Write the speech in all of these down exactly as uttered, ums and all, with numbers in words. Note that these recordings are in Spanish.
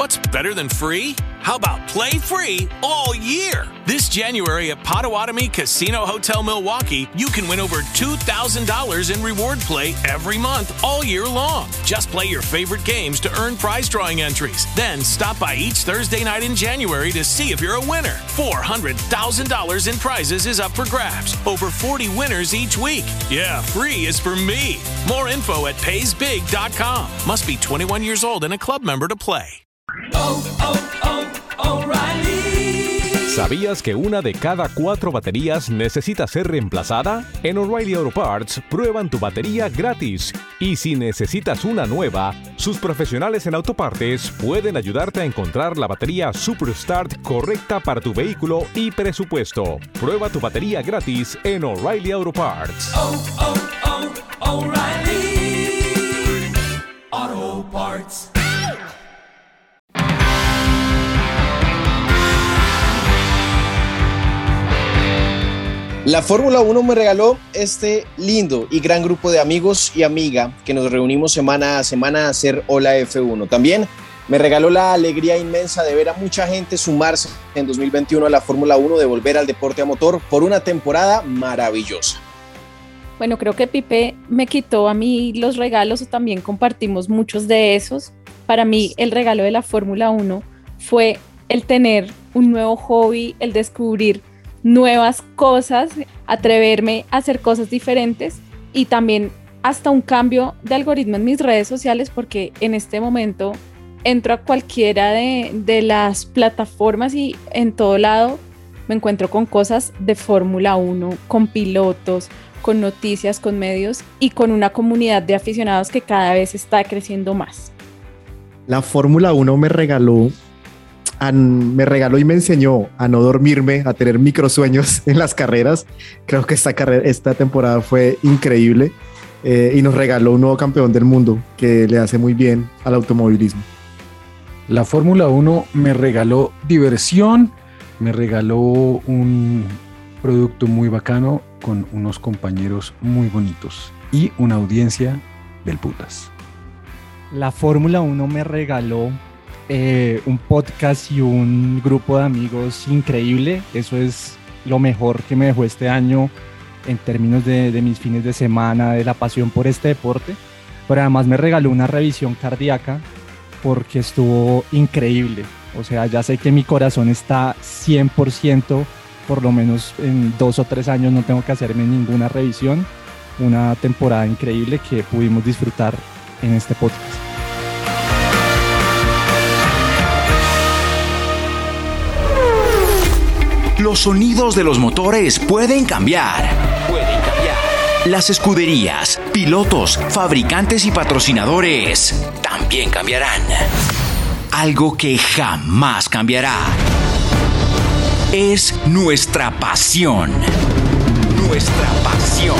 What's better than free? How about play free all year? This January at Potawatomi Casino Hotel Milwaukee, you can win over two thousand dollars in reward play every month all year long. Just play your favorite games to earn prize drawing entries. Then stop by each Thursday night in January to see if you're a winner. four hundred thousand dollars in prizes is up for grabs. Over forty winners each week. Yeah, free is for me. More info at pays big dot com. Must be twenty-one years old and a club member to play. Oh, oh, oh, O'Reilly. ¿Sabías que una de cada cuatro baterías necesita ser reemplazada? En O'Reilly Auto Parts prueban tu batería gratis. Y si necesitas una nueva, sus profesionales en autopartes pueden ayudarte a encontrar la batería Superstart correcta para tu vehículo y presupuesto. Prueba tu batería gratis en O'Reilly Auto Parts. Oh, oh, oh, O'Reilly Auto Parts. La Fórmula uno me regaló este lindo y gran grupo de amigos y amigas que nos reunimos semana a semana a hacer Hola F uno. También me regaló la alegría inmensa de ver a mucha gente sumarse en dos mil veintiuno a la Fórmula uno, de volver al deporte a motor por una temporada maravillosa. Bueno, creo que Pipe me quitó a mí los regalos, o también compartimos muchos de esos. Para mí el regalo de la Fórmula uno fue el tener un nuevo hobby, el descubrir nuevas cosas, atreverme a hacer cosas diferentes y también hasta un cambio de algoritmo en mis redes sociales, porque en este momento entro a cualquiera de, de las plataformas y en todo lado me encuentro con cosas de Fórmula uno, con pilotos, con noticias, con medios y con una comunidad de aficionados que cada vez está creciendo más. La Fórmula uno me regaló me regaló y me enseñó a no dormirme, a tener microsueños en las carreras. Creo que esta, carrera, esta temporada fue increíble eh, y nos regaló un nuevo campeón del mundo que le hace muy bien al automovilismo. La Fórmula uno me regaló diversión, me regaló un producto muy bacano con unos compañeros muy bonitos y una audiencia del putas. La Fórmula uno me regaló Eh, un podcast y un grupo de amigos increíble. Eso es lo mejor que me dejó este año en términos de, de mis fines de semana, de la pasión por este deporte. Pero además me regaló una revisión cardíaca porque estuvo increíble. O sea, ya sé que mi corazón está cien por ciento, por lo menos en dos o tres años no tengo que hacerme ninguna revisión. Una temporada increíble que pudimos disfrutar en este podcast. Los sonidos de los motores pueden cambiar. Pueden cambiar. Las escuderías, pilotos, fabricantes y patrocinadores también cambiarán. Algo que jamás cambiará es nuestra pasión. Nuestra pasión.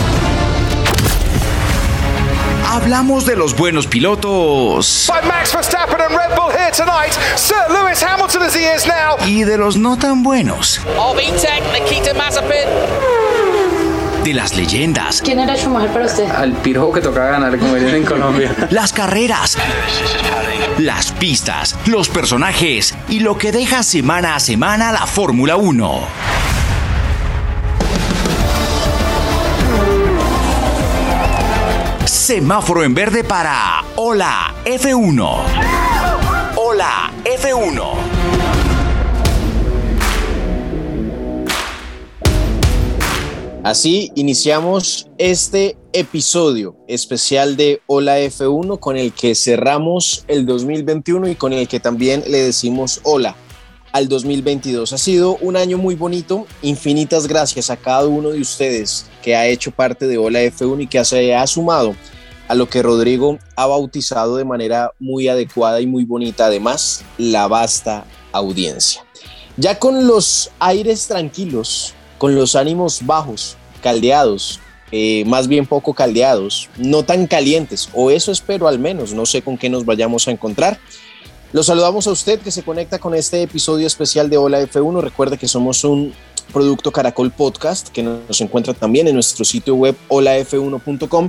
Hablamos de los buenos pilotos. By Max Verstappen and Red Bull here tonight. Sir Lewis Hamilton as he is now. Y de los no tan buenos. Of E-Tech, Nikita Mazepin. De las leyendas. ¿Quién era Schumacher para usted? Al pirojo que tocaba ganar, como dicen en Colombia. Las carreras. Las pistas, los personajes y lo que deja semana a semana la Fórmula uno. Semáforo en verde para Hola F uno. Hola F uno. Así iniciamos este episodio especial de Hola F uno, con el que cerramos el dos mil veintiuno y con el que también le decimos hola al dos mil veintidós. Ha sido un año muy bonito. Infinitas gracias a cada uno de ustedes que ha hecho parte de Hola F uno y que se ha sumado a lo que Rodrigo ha bautizado de manera muy adecuada y muy bonita, además, la vasta audiencia. Ya con los aires tranquilos, con los ánimos bajos, caldeados, eh, más bien poco caldeados, no tan calientes, o eso espero al menos, no sé con qué nos vayamos a encontrar. Los saludamos a usted que se conecta con este episodio especial de Hola F uno. Recuerde que somos un producto Caracol Podcast, que nos encuentra también en nuestro sitio web hola f uno punto com,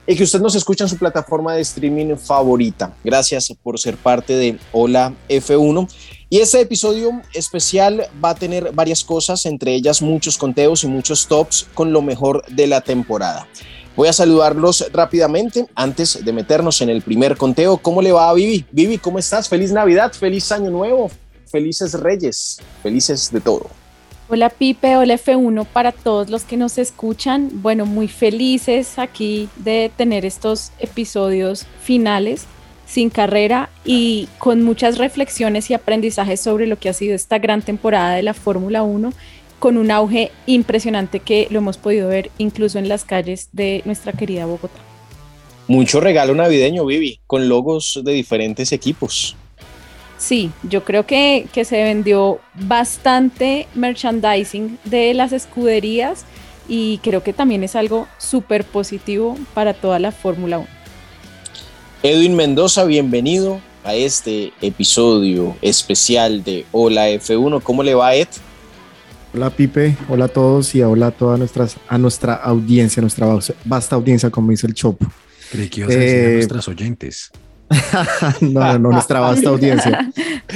y que usted nos escucha en su plataforma de streaming favorita. Gracias por ser parte de Hola F uno. Y este episodio especial va a tener varias cosas, entre ellas muchos conteos y muchos tops con lo mejor de la temporada. Voy a saludarlos rápidamente antes de meternos en el primer conteo. ¿Cómo le va a Vivi? Vivi, ¿cómo estás? Feliz Navidad, feliz Año Nuevo, felices Reyes, felices de todo. Hola Pipe, hola F uno para todos los que nos escuchan. Bueno, muy felices aquí de tener estos episodios finales sin carrera y con muchas reflexiones y aprendizajes sobre lo que ha sido esta gran temporada de la Fórmula uno, con un auge impresionante que lo hemos podido ver incluso en las calles de nuestra querida Bogotá. Mucho regalo navideño, Vivi, con logos de diferentes equipos. Sí, yo creo que, que se vendió bastante merchandising de las escuderías y creo que también es algo súper positivo para toda la Fórmula uno. Edwin Mendoza, bienvenido a este episodio especial de Hola F uno. ¿Cómo le va, Ed? Hola Pipe, hola a todos y hola a toda nuestras, a nuestra audiencia, nuestra vasta audiencia, como dice el Chopo. Creí que ibas a decir a nuestras oyentes. no, no, no, nuestra vasta audiencia.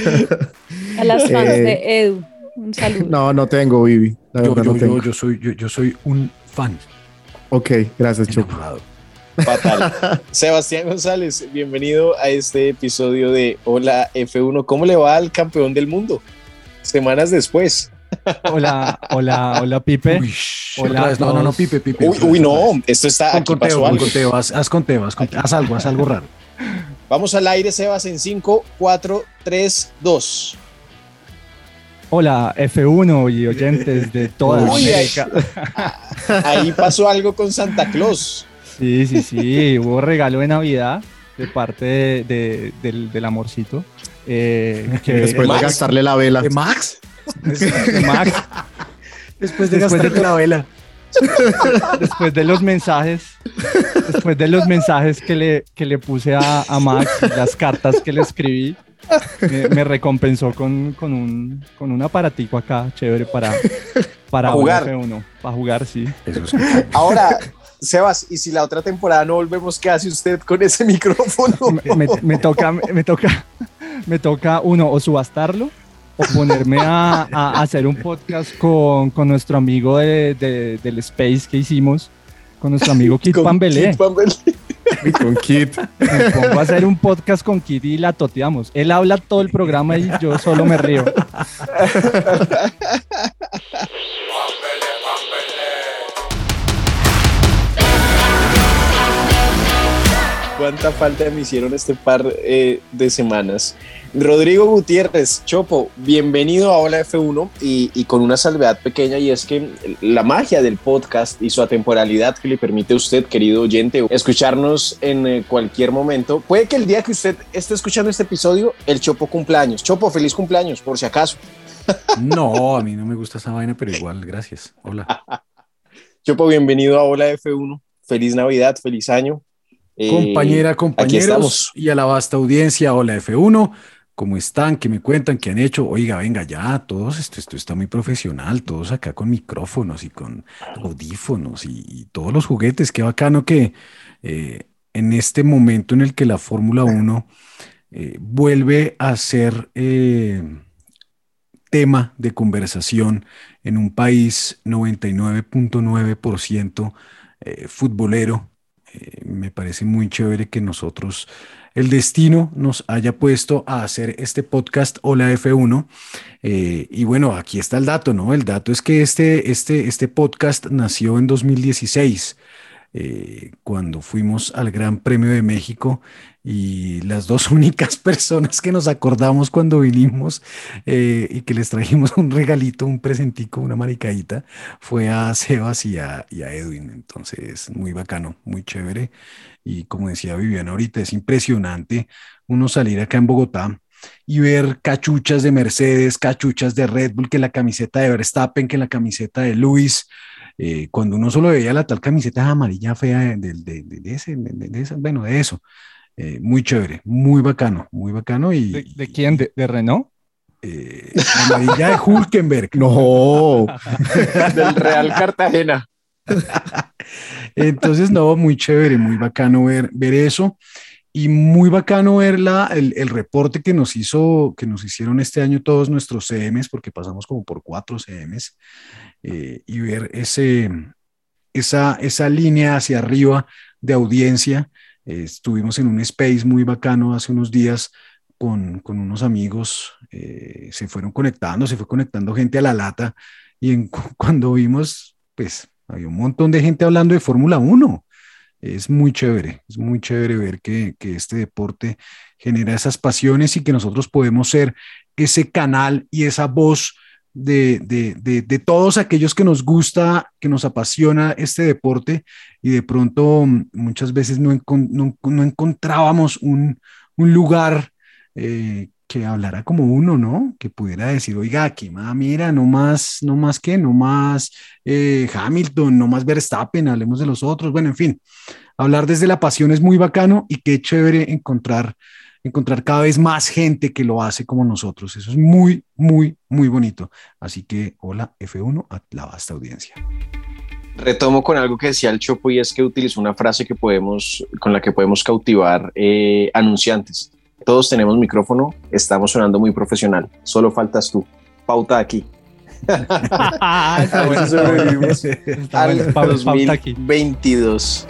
A las fans eh, de Edu, un saludo. No, no tengo, Vivi. La yo, verdad yo, no tengo. Yo, yo, soy, yo, yo soy un fan. Ok, gracias, Chopo. Fatal. Sebastián González, bienvenido a este episodio de Hola F uno. ¿Cómo le va al campeón del mundo? Semanas después. Hola, hola, hola Pipe. Uy, hola, no, no, no, Pipe, Pipe. Uy, uy no, esto está con aquí conteo, pasó con algo. conteo, haz, haz conteo, haz conteo, haz algo, haz algo raro. Vamos al aire, Sebas, en cinco, cuatro, tres, dos. Hola F uno y oyentes de toda Uy, América. Ahí, ahí pasó algo con Santa Claus. Sí, sí, sí, hubo regalo de Navidad de parte de, de, del, del amorcito. Eh, que Después de gastarle la vela. ¿De Max? De Max. Después de Después gastarle de- la vela. Después de los mensajes, después de los mensajes que le, que le puse a, a Max, las cartas que le escribí, me, me recompensó con, con, un, con un aparatico acá, chévere, para, para Pa' jugar. F uno, para jugar, sí. Eso es. Ahora, Sebas, y si la otra temporada no volvemos, ¿qué hace usted con ese micrófono? Me, me- me toca, me toca, me toca uno, o subastarlo, o ponerme a, a hacer un podcast con, con nuestro amigo de, de- del Space que hicimos, con nuestro amigo Kit Con Pambelé. Kit Pambelé. Y con Kit. Me pongo a hacer un podcast con Kit y la toteamos. Él habla todo el programa y yo solo me río. ¿Cuánta falta me hicieron este par eh, de semanas? Rodrigo Gutiérrez, Chopo, bienvenido a Hola F uno y, y con una salvedad pequeña, y es que la magia del podcast y su atemporalidad que le permite a usted, querido oyente, escucharnos en eh, cualquier momento. Puede que el día que usted esté escuchando este episodio, el Chopo cumpleaños. Chopo, feliz cumpleaños, por si acaso. No, a mí no me gusta esa vaina, pero igual, gracias. Hola. Chopo, bienvenido a Hola F uno. Feliz Navidad, feliz año. Eh, Compañera, aquí compañeros estamos. y a la vasta audiencia, hola F uno, ¿cómo están? ¿Qué me cuentan? ¿Qué han hecho? Oiga, venga ya, todos, esto, esto está muy profesional, todos acá con micrófonos y con audífonos y, y todos los juguetes, qué bacano que eh, en este momento en el que la Fórmula uno eh, vuelve a ser eh, tema de conversación en un país noventa y nueve punto nueve por ciento eh, futbolero. Eh, me parece muy chévere que nosotros, el destino nos haya puesto a hacer este podcast Hola F uno. Eh, y bueno, aquí está el dato, ¿no? El dato es que este, este, este podcast nació en dos mil dieciséis, eh, cuando fuimos al Gran Premio de México, y las dos únicas personas que nos acordamos cuando vinimos eh, y que les trajimos un regalito, un presentico, una maricadita, fue a Sebas y a, y a Edwin. Entonces, muy bacano, muy chévere. Y como decía Viviana ahorita, es impresionante uno salir acá en Bogotá y ver cachuchas de Mercedes, cachuchas de Red Bull, que la camiseta de Verstappen, que la camiseta de Lewis. Eh, cuando uno solo veía la tal camiseta amarilla fea de, de, de, de ese, de, de esa, bueno, de eso. Eh, muy chévere, muy bacano, muy bacano. Y, ¿De, de quién? ¿De, de Renault? Eh, la amarilla de Hülkenberg. No. Del Real Cartagena. Entonces, no, muy chévere, muy bacano ver, ver eso. Y muy bacano ver la, el, el reporte que nos hizo, que nos hicieron este año todos nuestros C Ms, porque pasamos como por cuatro C Ms, eh, y ver ese, esa, esa línea hacia arriba de audiencia. Eh, estuvimos en un space muy bacano hace unos días con, con unos amigos, eh, se fueron conectando, se fue conectando gente a la lata, y en, cuando vimos, pues había un montón de gente hablando de Fórmula uno. Es muy chévere, es muy chévere ver que, que este deporte genera esas pasiones y que nosotros podemos ser ese canal y esa voz de, de, de, de todos aquellos que nos gusta, que nos apasiona este deporte, y de pronto muchas veces no, encon, no, no encontrábamos un, un lugar eh, que hablara como uno, ¿no? Que pudiera decir, oiga, aquí, ma, mira, no más, no más que, no más eh, Hamilton, no más Verstappen, hablemos de los otros, bueno, en fin, hablar desde la pasión es muy bacano, y qué chévere encontrar, encontrar cada vez más gente que lo hace como nosotros. Eso es muy, muy, muy bonito. Así que, hola F uno a la vasta audiencia. Retomo con algo que decía el Chopo, y es que utilizó una frase que podemos, con la que podemos cautivar eh, anunciantes. Todos tenemos micrófono, estamos sonando muy profesional, solo faltas tú. Pauta aquí. Está bueno, sobrevivimos está al bueno, pauta aquí. dos mil veintidós.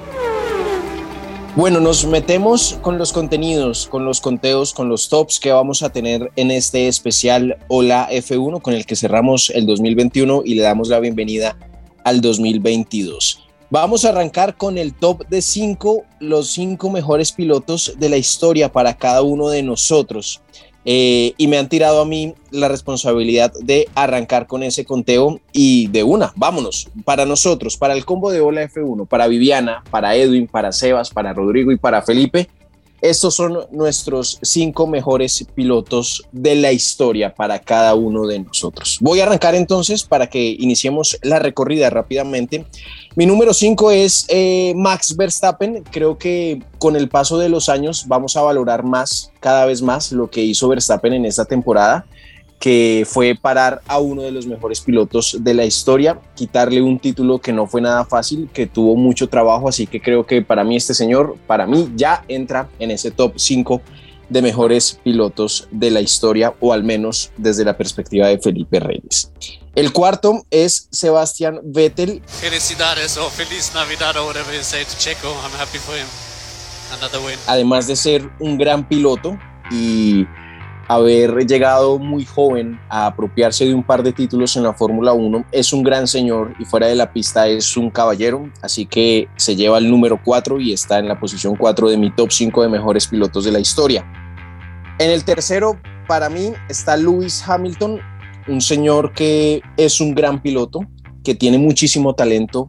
Bueno, nos metemos con los contenidos, con los conteos, con los tops que vamos a tener en este especial Hola F uno, con el que cerramos el dos mil veintiuno y le damos la bienvenida al dos mil veintidós. Vamos a arrancar con el top de cinco, los cinco mejores pilotos de la historia para cada uno de nosotros. Eh, y me han tirado a mí la responsabilidad de arrancar con ese conteo, y de una, vámonos, para nosotros, para el combo de Hola F uno, para Viviana, para Edwin, para Sebas, para Rodrigo y para Felipe. Estos son nuestros cinco mejores pilotos de la historia para cada uno de nosotros. Voy a arrancar entonces para que iniciemos la recorrida rápidamente. Mi número cinco es eh, Max Verstappen. Creo que con el paso de los años vamos a valorar más, cada vez más, lo que hizo Verstappen en esta temporada, que fue parar a uno de los mejores pilotos de la historia, quitarle un título que no fue nada fácil, que tuvo mucho trabajo. Así que creo que para mí este señor, para mí ya entra en ese top cinco de mejores pilotos de la historia, o al menos desde la perspectiva de Felipe Reyes. El cuarto es Sebastian Vettel. Felicidades o feliz Navidad o whatever you say to Checo. I'm happy for him. Another win. Además de ser un gran piloto y haber llegado muy joven a apropiarse de un par de títulos en la Fórmula uno, es un gran señor, y fuera de la pista es un caballero. Así que se lleva el número cuatro y está en la posición cuatro de mi top cinco de mejores pilotos de la historia. En el tercero, para mí, está Lewis Hamilton, un señor que es un gran piloto, que tiene muchísimo talento,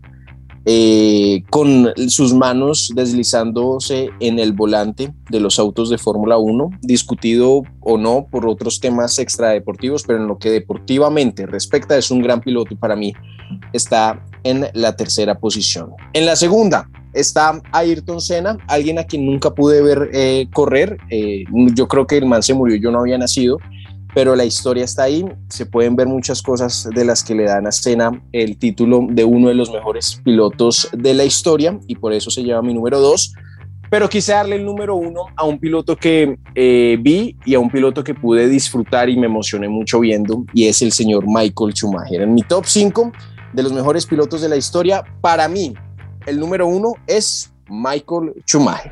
eh, con sus manos deslizándose en el volante de los autos de Fórmula uno, discutido o no por otros temas extradeportivos, pero en lo que deportivamente respecta es un gran piloto, y para mí está en la tercera posición. En la segunda está Ayrton Senna, alguien a quien nunca pude ver eh, correr. Eh, yo creo que el man se murió, yo no había nacido, pero la historia está ahí. Se pueden ver muchas cosas de las que le dan a Senna el título de uno de los mejores pilotos de la historia, y por eso se lleva mi número dos. Pero quise darle el número uno a un piloto que eh, vi, y a un piloto que pude disfrutar y me emocioné mucho viendo, y es el señor Michael Schumacher. En mi top cinco de los mejores pilotos de la historia, para mí el número uno es Michael Schumacher.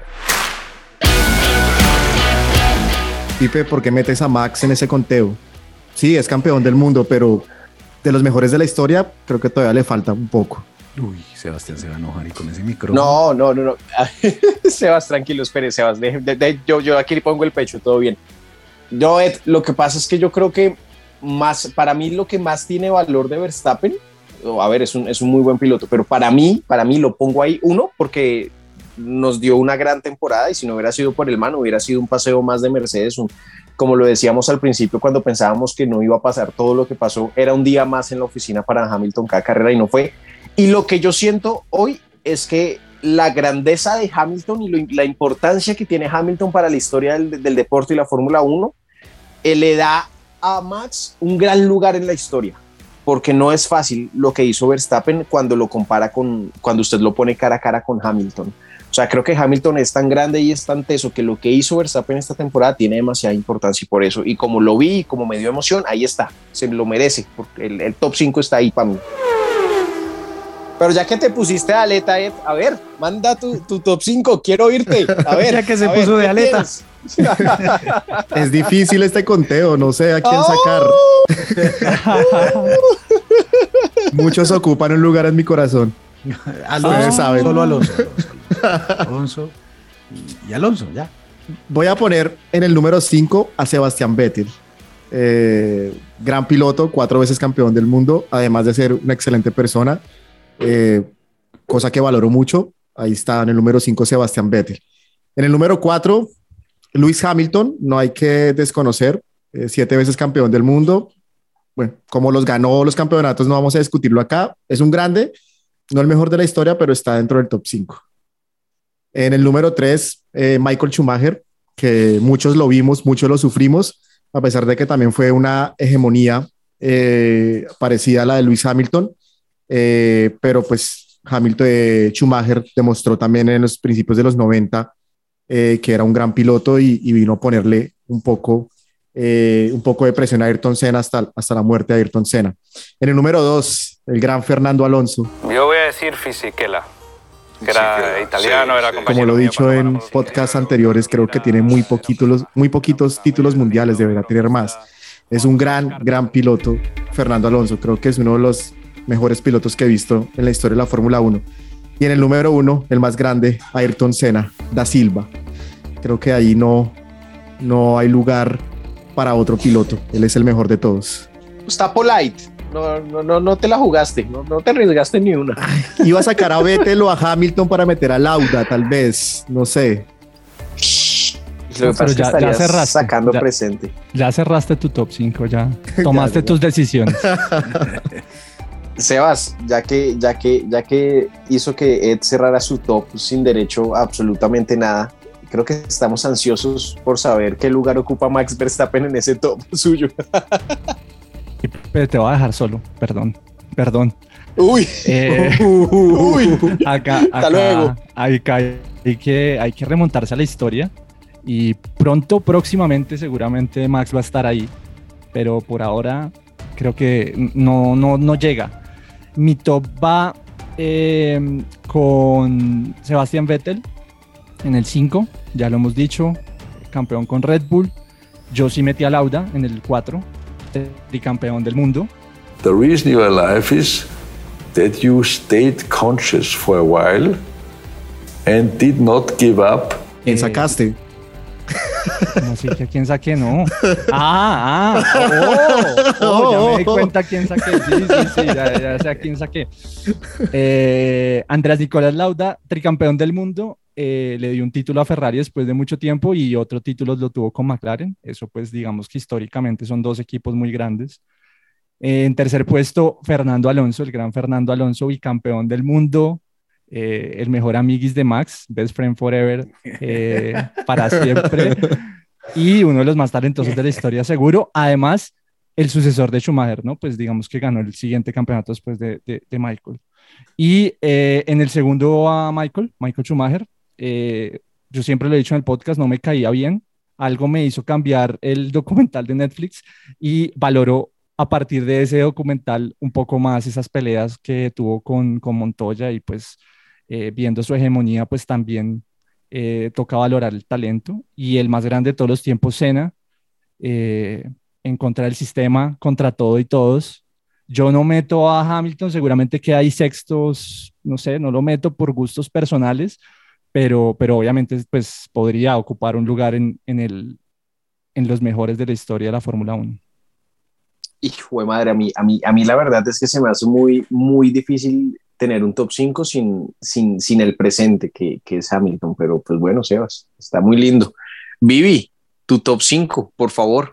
Pipe, ¿por qué metes a Max en ese conteo? Sí, es campeón del mundo, pero de los mejores de la historia, creo que todavía le falta un poco. Uy, Sebastián se va a enojar y con ese micrófono. No, no, no, no. Sebas, tranquilo, espere, Sebas. De, de, de, yo, yo aquí le pongo el pecho, todo bien. Yo, Ed, lo que pasa es que yo creo que más, para mí lo que más tiene valor de Verstappen, a ver, es un, es un muy buen piloto, pero para mí, para mí lo pongo ahí, uno, porque nos dio una gran temporada, y si no hubiera sido por el man, hubiera sido un paseo más de Mercedes, un, como lo decíamos al principio cuando pensábamos que no iba a pasar todo lo que pasó, era un día más en la oficina para Hamilton cada carrera, y no fue. Y lo que yo siento hoy es que la grandeza de Hamilton y lo, la importancia que tiene Hamilton para la historia del, del deporte y la Fórmula uno, eh, le da a Max un gran lugar en la historia. porque no es fácil lo que hizo Verstappen cuando lo compara con, cuando usted lo pone cara a cara con Hamilton. O sea, creo que Hamilton es tan grande y es tan teso que lo que hizo Verstappen esta temporada tiene demasiada importancia y por eso, y como lo vi y como me dio emoción, ahí está, se lo merece, porque el, el top cinco está ahí para mí. Pero ya que te pusiste de aleta, Ed, a ver, manda tu, tu top cinco, quiero oírte. A ver, ya que se a puso ver, de aleta. Es difícil este conteo, no sé a quién oh. sacar. Muchos ocupan un lugar en mi corazón. Alonso, saben. Solo Alonso. Alonso, Alonso y Alonso, ya. Voy a poner en el número cinco a Sebastián Vettel. Eh, gran piloto, cuatro veces campeón del mundo, además de ser una excelente persona, eh, cosa que valoro mucho. Ahí está en el número cinco Sebastián Vettel. En el número cuatro, Lewis Hamilton, no hay que desconocer, eh, siete veces campeón del mundo. Bueno, como los ganó los campeonatos, no vamos a discutirlo acá. Es un grande, no el mejor de la historia, pero está dentro del top cinco. En el número tres, eh, Michael Schumacher, que muchos lo vimos, muchos lo sufrimos, a pesar de que también fue una hegemonía eh, parecida a la de Lewis Hamilton, eh, pero pues Hamilton, eh, Schumacher demostró también en los principios de los noventa eh, que era un gran piloto y, y vino a ponerle un poco, eh, un poco de presión a Ayrton Senna hasta, hasta la muerte de Ayrton Senna. En el número dos, el gran Fernando Alonso. Yo voy a decir Fisichella, que era italiano, era compañero. Como lo he dicho mío, en podcasts anteriores, creo que tiene muy poquitos, muy poquitos títulos mundiales, debería tener más. Es un gran, gran piloto, Fernando Alonso. Creo que es uno de los mejores pilotos que he visto en la historia de la Fórmula uno. Y en el número uno, el más grande, Ayrton Senna, da Silva. Creo que ahí no, no hay lugar para otro piloto. Él es el mejor de todos. Está polite. No, no, no, no te la jugaste, no, no te arriesgaste ni una. Iba a sacar a Vettel o a Hamilton para meter a Lauda, tal vez, no sé. Lo que pasa es que ya, ya cerraste, sacando ya, presente. Ya cerraste tu top cinco, ya tomaste ya, tus decisiones. Sebas, ya que, ya, que, ya que hizo que Ed cerrara su top sin derecho a absolutamente nada, creo que estamos ansiosos por saber qué lugar ocupa Max Verstappen en ese top suyo. Pero te voy a dejar solo, perdón, perdón. Uy, eh, uy, acá, hasta acá luego. Hay, hay, que, hay que remontarse a la historia y pronto, próximamente, seguramente Max va a estar ahí, pero por ahora creo que no, no, no llega. Mi top va eh, con Sebastián Vettel en el cinco, ya lo hemos dicho, campeón con Red Bull. Yo sí metí a Lauda en el cuatro. Tricampeón del mundo. The reason you are alive is that you stayed conscious for a while and did not give up. ¿Quién sacaste? No sé que a quién saqué, no. Ah, ah, oh, oh, ya me di cuenta quién saqué. Sí, sí, sí, ya, ya sé a quién saqué. Eh, Andrés Nicolás Lauda, tricampeón del mundo. Eh, le dio un título a Ferrari después de mucho tiempo y otro título lo tuvo con McLaren. Eso pues digamos que históricamente son dos equipos muy grandes. Eh, en tercer puesto, Fernando Alonso, el gran Fernando Alonso, bicampeón del mundo, eh, el mejor amiguis de Max, best friend forever, eh, para siempre, y uno de los más talentosos de la historia seguro. Además, el sucesor de Schumacher, ¿no? Pues digamos que ganó el siguiente campeonato después de, de, de Michael. Y eh, en el segundo a Michael, Michael Schumacher. Eh, yo siempre lo he dicho en el podcast, no me caía bien, algo me hizo cambiar el documental de Netflix y valoró a partir de ese documental un poco más esas peleas que tuvo con, con Montoya y pues eh, viendo su hegemonía pues también eh, toca valorar el talento. Y el más grande de todos los tiempos, Senna, eh, en contra del sistema, contra todo y todos. Yo no meto a Hamilton, seguramente que hay sextos, no sé, no lo meto por gustos personales, Pero, pero obviamente pues, podría ocupar un lugar en, en, el, en los mejores de la historia de la Fórmula uno. Hijo de madre, a mí, a, mí, a mí la verdad es que se me hace muy, muy difícil tener un top cinco sin, sin, sin el presente que, que es Hamilton, pero pues bueno, Sebas, está muy lindo. Vivi, tu top cinco, por favor.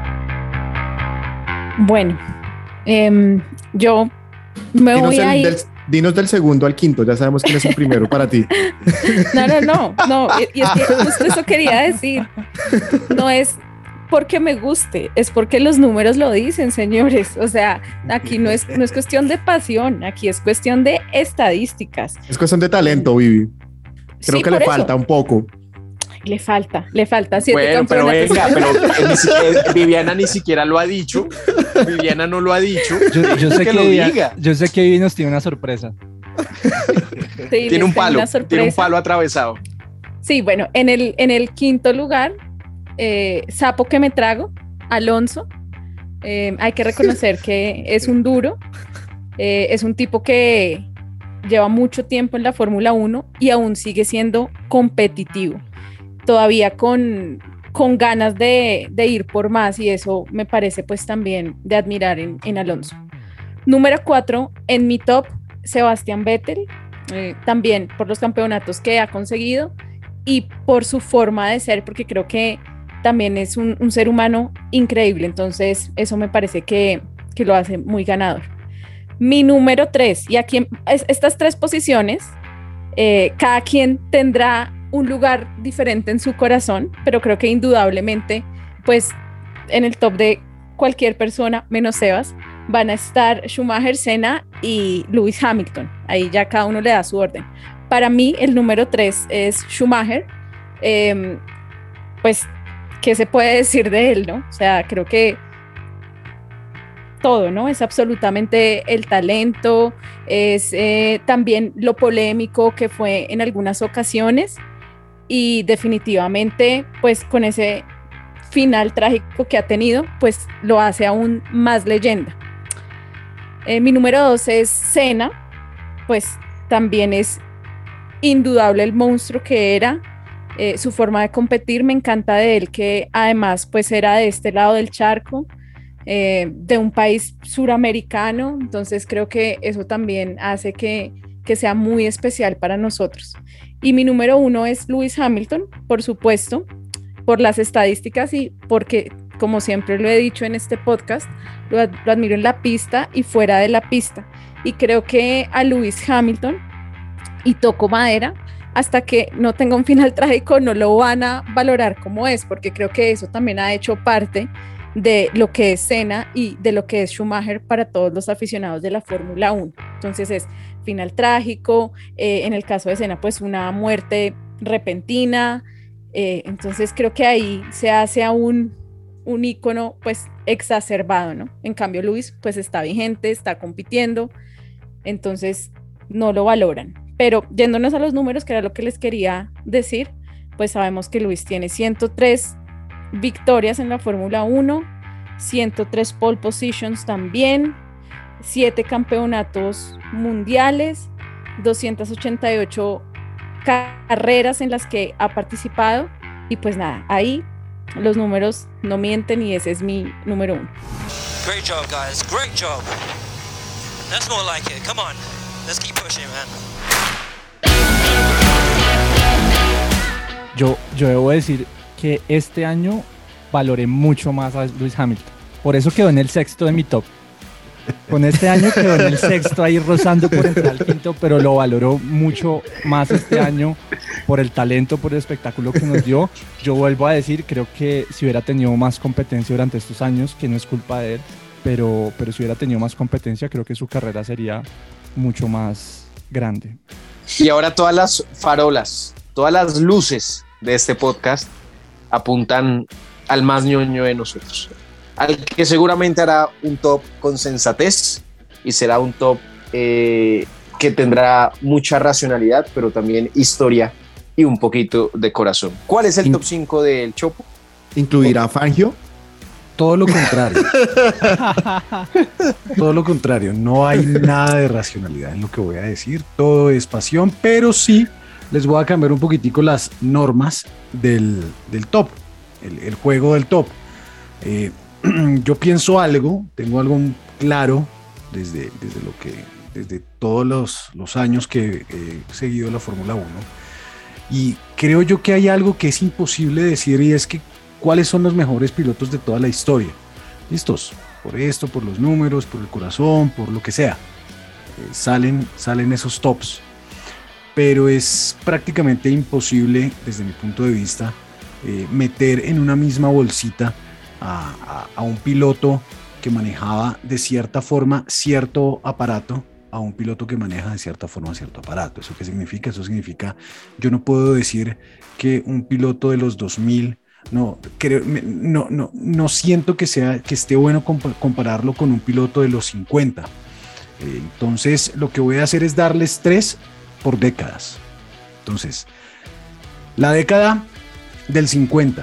Bueno, eh, yo me dinos voy el, a ir... Del, dinos del segundo al quinto, ya sabemos quién es el primero para ti. No, no, no, no, y, y es que justo eso quería decir. No es porque me guste, es porque los números lo dicen, señores. O sea, aquí no es, no es cuestión de pasión, aquí es cuestión de estadísticas. Es cuestión de talento, Vivi. Creo Sí, que le por eso. falta un poco. Le falta, le falta siete Bueno, pero campeonatos. venga, pero ni siquiera- Viviana ni siquiera lo ha dicho. Viviana no lo ha dicho. Yo, yo sé que que, lo Vivi- diga. yo sé que Vivi nos tiene una sorpresa. Sí, Tiene les un tengo palo, una tiene un sorpresa. palo atravesado. Sí, bueno, en el, en el quinto lugar, eh, sapo que me trago, Alonso. Eh, hay que reconocer que es un duro, eh, es un tipo que lleva mucho tiempo en la Fórmula uno y aún sigue siendo competitivo, todavía con, con ganas de, de ir por más, y eso me parece pues también de admirar en, en Alonso. Número cuatro, en mi top, Sebastián Vettel, eh, también por los campeonatos que ha conseguido y por su forma de ser, porque creo que también es un, un ser humano increíble, entonces eso me parece que, que lo hace muy ganador. Mi número tres, y aquí en es, estas tres posiciones, eh, cada quien tendrá un lugar diferente en su corazón, pero creo que indudablemente, pues en el top de cualquier persona, menos Sebas, van a estar Schumacher, Senna y Lewis Hamilton. Ahí ya cada uno le da su orden. Para mí, el número tres es Schumacher. Eh, pues, ¿qué se puede decir de él, no? O sea, creo que todo, ¿no? Es absolutamente el talento, es eh, también lo polémico que fue en algunas ocasiones y definitivamente, pues, con ese final trágico que ha tenido, pues lo hace aún más leyenda. Eh, mi número dos es Senna, pues también es indudable el monstruo que era, eh, su forma de competir, me encanta de él que además pues era de este lado del charco, eh, de un país suramericano, entonces creo que eso también hace que, que sea muy especial para nosotros. Y mi número uno es Lewis Hamilton, por supuesto, por las estadísticas y porque, como siempre lo he dicho en este podcast, lo, ad- lo admiro en la pista y fuera de la pista. Y creo que a Lewis Hamilton, y toco madera, hasta que no tenga un final trágico no lo van a valorar como es, porque creo que eso también ha hecho parte de lo que es Senna y de lo que es Schumacher para todos los aficionados de la Fórmula uno. Entonces es final trágico, eh, en el caso de Senna pues una muerte repentina, eh, entonces creo que ahí se hace aún un ícono pues exacerbado, ¿no? En cambio Lewis pues está vigente, está compitiendo, entonces no lo valoran. Pero yéndonos a los números, que era lo que les quería decir, pues sabemos que Lewis tiene ciento tres victorias en la Fórmula uno, ciento tres pole positions también, siete campeonatos mundiales, doscientas ochenta y ocho carreras en las que ha participado, y pues nada, ahí los números no mienten y ese es mi número uno. Great job, guys. Great job. That's more like it. Come on. Let's keep pushing, man. Yo, yo debo decir que este año valoré mucho más a Lewis Hamilton. Por eso quedó en el sexto de mi top. Con este año quedó en el sexto ahí rozando por entrar al quinto, pero lo valoró mucho más este año por el talento, por el espectáculo que nos dio. Yo vuelvo a decir, creo que si hubiera tenido más competencia durante estos años, que no es culpa de él, pero, pero si hubiera tenido más competencia, creo que su carrera sería mucho más grande. Y ahora todas las farolas, todas las luces de este podcast apuntan al más ñoño de nosotros, al que seguramente hará un top con sensatez y será un top eh, que tendrá mucha racionalidad, pero también historia y un poquito de corazón. ¿Cuál es el top cinco del Chopo? ¿Incluirá a Fangio? Todo lo contrario. Todo lo contrario. No hay nada de racionalidad en lo que voy a decir. Todo es pasión, pero sí les voy a cambiar un poquitico las normas del, del top, el, el juego del top. Eh, yo pienso algo, tengo algo claro desde, desde, lo que, desde todos los, los años que he seguido la Fórmula uno, y creo yo que hay algo que es imposible decir, y es que cuáles son los mejores pilotos de toda la historia. ¿Listos? Por esto, por los números, por el corazón, por lo que sea. Eh, salen, salen esos tops. Pero es prácticamente imposible, desde mi punto de vista, eh, meter en una misma bolsita a, a, a un piloto que manejaba de cierta forma cierto aparato a un piloto que maneja de cierta forma cierto aparato. ¿Eso qué significa? Eso significa, yo no puedo decir que un piloto de los dos mil, no, creo, no, no, no siento que, sea, que esté bueno compararlo con un piloto de los cincuenta. Eh, entonces, lo que voy a hacer es darles tres por décadas. Entonces, la década del cincuenta.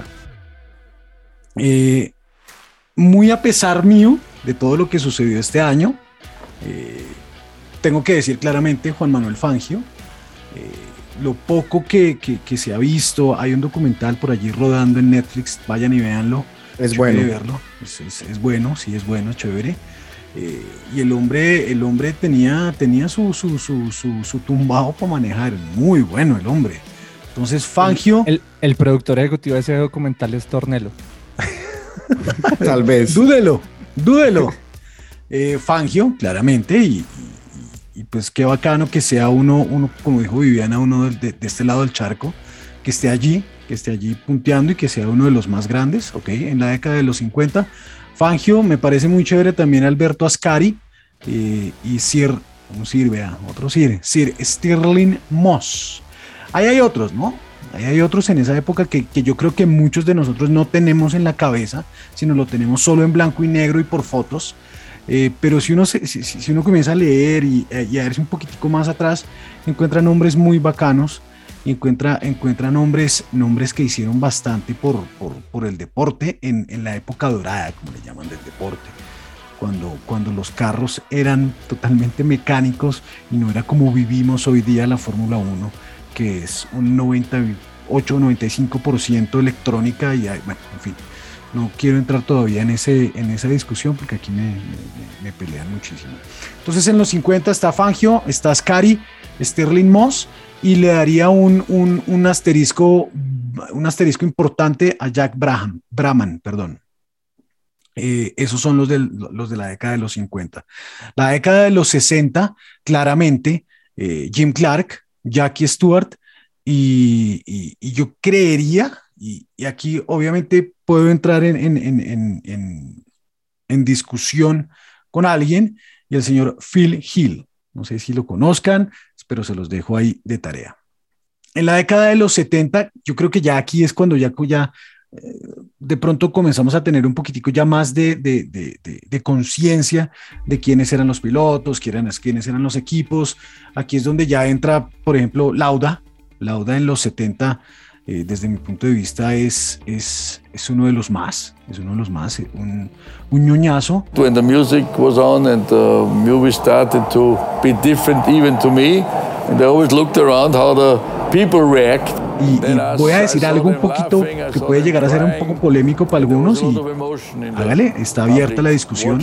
Eh, muy a pesar mío de todo lo que sucedió este año, eh, tengo que decir claramente Juan Manuel Fangio. Eh, lo poco que, que, que se ha visto, hay un documental por allí rodando en Netflix, vayan y véanlo. Es chévere bueno. Verlo. Es, es, es bueno, sí, es bueno, chévere. Eh, y el hombre, el hombre tenía, tenía su, su, su, su, su tumbado para manejar, muy bueno el hombre. Entonces Fangio... El, el, el productor ejecutivo de ese documental es Tornello. Tal vez. Dúdelo, dúdelo. Eh, Fangio, claramente, y, y, y pues qué bacano que sea uno, uno como dijo Viviana, uno de, de este lado del charco, que esté allí, que esté allí punteando y que sea uno de los más grandes, ¿ok? En la década de los cincuenta. Fangio, me parece muy chévere también Alberto Ascari eh, y Sir, un Sir, vea, otro Sir, Sir Stirling Moss. Ahí hay otros, ¿no? Ahí hay otros en esa época que, que yo creo que muchos de nosotros no tenemos en la cabeza, sino lo tenemos solo en blanco y negro y por fotos. Eh, pero si uno, se, si, si uno comienza a leer y, y a verse un poquitico más atrás, encuentra nombres muy bacanos, encuentra, encuentra nombres, nombres que hicieron bastante por, por, por el deporte en, en la época dorada, como le llaman, del deporte. Cuando, cuando los carros eran totalmente mecánicos y no era como vivimos hoy día la Fórmula uno, que es un noventa y ocho, noventa y cinco por ciento electrónica y hay, bueno, en fin, no quiero entrar todavía en, ese, en esa discusión porque aquí me, me, me pelean muchísimo. Entonces en los cincuenta está Fangio, está Ascari, Stirling Moss y le daría un, un, un, asterisco, un asterisco importante a Jack Brabham, Brabham, perdón. Eh, esos son los, del, los de la década de los cincuenta. La década de los sesenta, claramente, eh, Jim Clark, Jackie Stewart, y, y, y yo creería, y, y aquí obviamente puedo entrar en, en, en, en, en discusión con alguien, y el señor Phil Hill. No sé si lo conozcan, pero se los dejo ahí de tarea. En la década de los setenta, yo creo que ya aquí es cuando ya, ya eh, de pronto comenzamos a tener un poquitico ya más de, de, de, de, de conciencia de quiénes eran los pilotos, quiénes, quiénes eran los equipos. Aquí es donde ya entra, por ejemplo, Lauda. Lauda en los setenta, eh, desde mi punto de vista, es, es, es uno de los más, es uno de los más, un, un ñoñazo. When the music was on and the movie started to be different even to me, and I always looked around how the people react. Y, y voy a decir algo un poquito que puede llegar a ser un poco polémico para algunos y hágale, está abierta la discusión.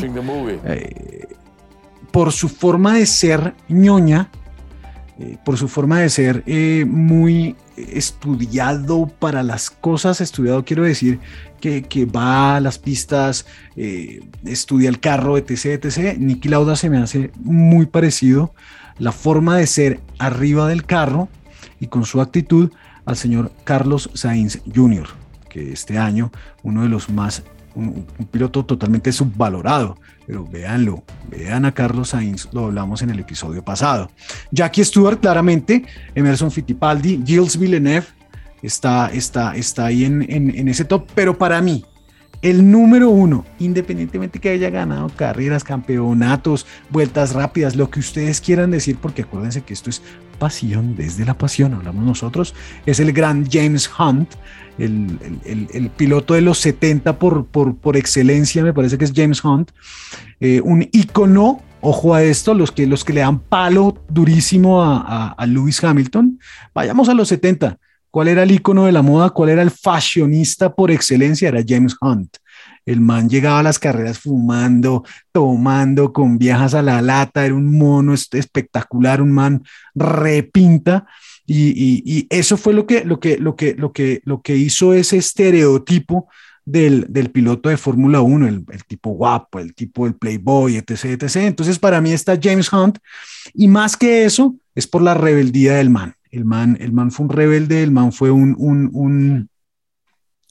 Eh, por su forma de ser ñoña, eh, por su forma de ser eh, muy estudiado para las cosas, estudiado quiero decir que, que va a las pistas, eh, estudia el carro, etc, etcétera. Niki Lauda se me hace muy parecido, la forma de ser arriba del carro y con su actitud al señor Carlos Sainz junior, que este año uno de los más, un, un piloto totalmente subvalorado, pero véanlo, vean a Carlos Sainz, lo hablamos en el episodio pasado. Jackie Stewart, claramente, Emerson Fittipaldi, Gilles Villeneuve, está, está, está ahí en, en, en ese top, pero para mí, el número uno, independientemente que haya ganado carreras, campeonatos, vueltas rápidas, lo que ustedes quieran decir, porque acuérdense que esto es pasión desde la pasión, hablamos nosotros, es el gran James Hunt, el, el, el, el piloto de los setenta por, por, por excelencia, me parece que es James Hunt, eh, un ícono, ojo a esto, los que, los que le dan palo durísimo a, a, a Lewis Hamilton, vayamos a los setenta. ¿Cuál era el ícono de la moda? ¿Cuál era el fashionista por excelencia? Era James Hunt. El man llegaba a las carreras fumando, tomando, con viejas a la lata, era un mono espectacular, un man repinta, y, y, y eso fue lo que, lo, que, lo, que, lo, que, lo que hizo ese estereotipo del, del piloto de Fórmula uno, el, el tipo guapo, el tipo del playboy, etc, etcétera. Entonces para mí está James Hunt, y más que eso, es por la rebeldía del man. El man, el man fue un rebelde, el man fue un, un, un,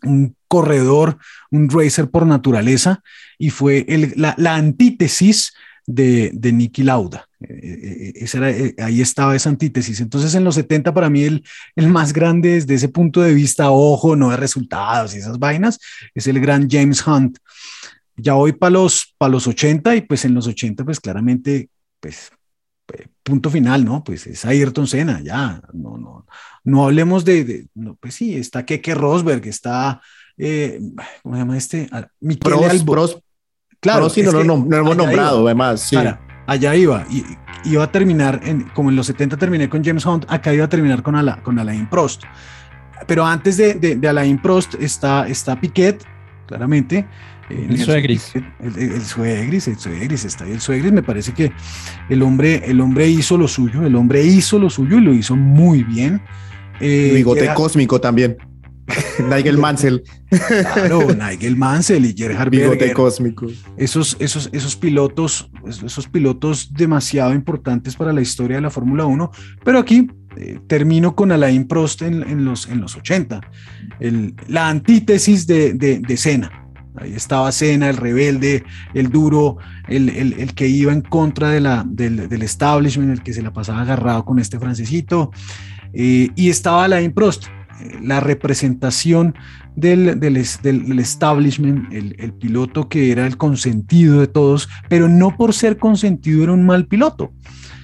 un corredor, un racer por naturaleza, y fue el, la, la antítesis de, de Niki Lauda. Eh, esa era, eh, ahí estaba esa antítesis. Entonces en los setenta para mí el, el más grande desde ese punto de vista, ojo, no de resultados y esas vainas, es el gran James Hunt. Ya voy para los, pa los ochenta, y pues en los ochenta pues claramente pues punto final, ¿no? Pues es Ayrton Senna, ya, no, no, no hablemos de, de no, pues sí, está Keke Rosberg, está, eh, ¿cómo se llama este? Michele Prost, Albo. Prost, Claro, Prost sí, no, no, no, no hemos nombrado, iba. además, sí. Claro, allá iba, y iba a terminar, en, como en los setenta terminé con James Hunt, acá iba a terminar con, Ala, con Alain Prost, pero antes de, de, de Alain Prost está, está Piquet, claramente. El Suegris. El, el, el Suegris, el Suegris, está ahí el Suegris. Me parece que el hombre, el hombre hizo lo suyo, el hombre hizo lo suyo y lo hizo muy bien. Eh, bigote era... cósmico también. Nigel Mansell. Claro, Nigel Mansell y Gerhard Bigote Berger. cósmico. Esos, esos, esos pilotos, esos pilotos demasiado importantes para la historia de la Fórmula uno. Pero aquí eh, termino con Alain Prost en, en, los, en los ochenta. El, la antítesis de, de, de Senna. Ahí estaba Senna, el rebelde, el duro, el, el, el que iba en contra de la, del, del establishment, el que se la pasaba agarrado con este francesito. Eh, y estaba Alain Prost, eh, la representación del, del, del, del establishment, el, el piloto que era el consentido de todos, pero no por ser consentido era un mal piloto.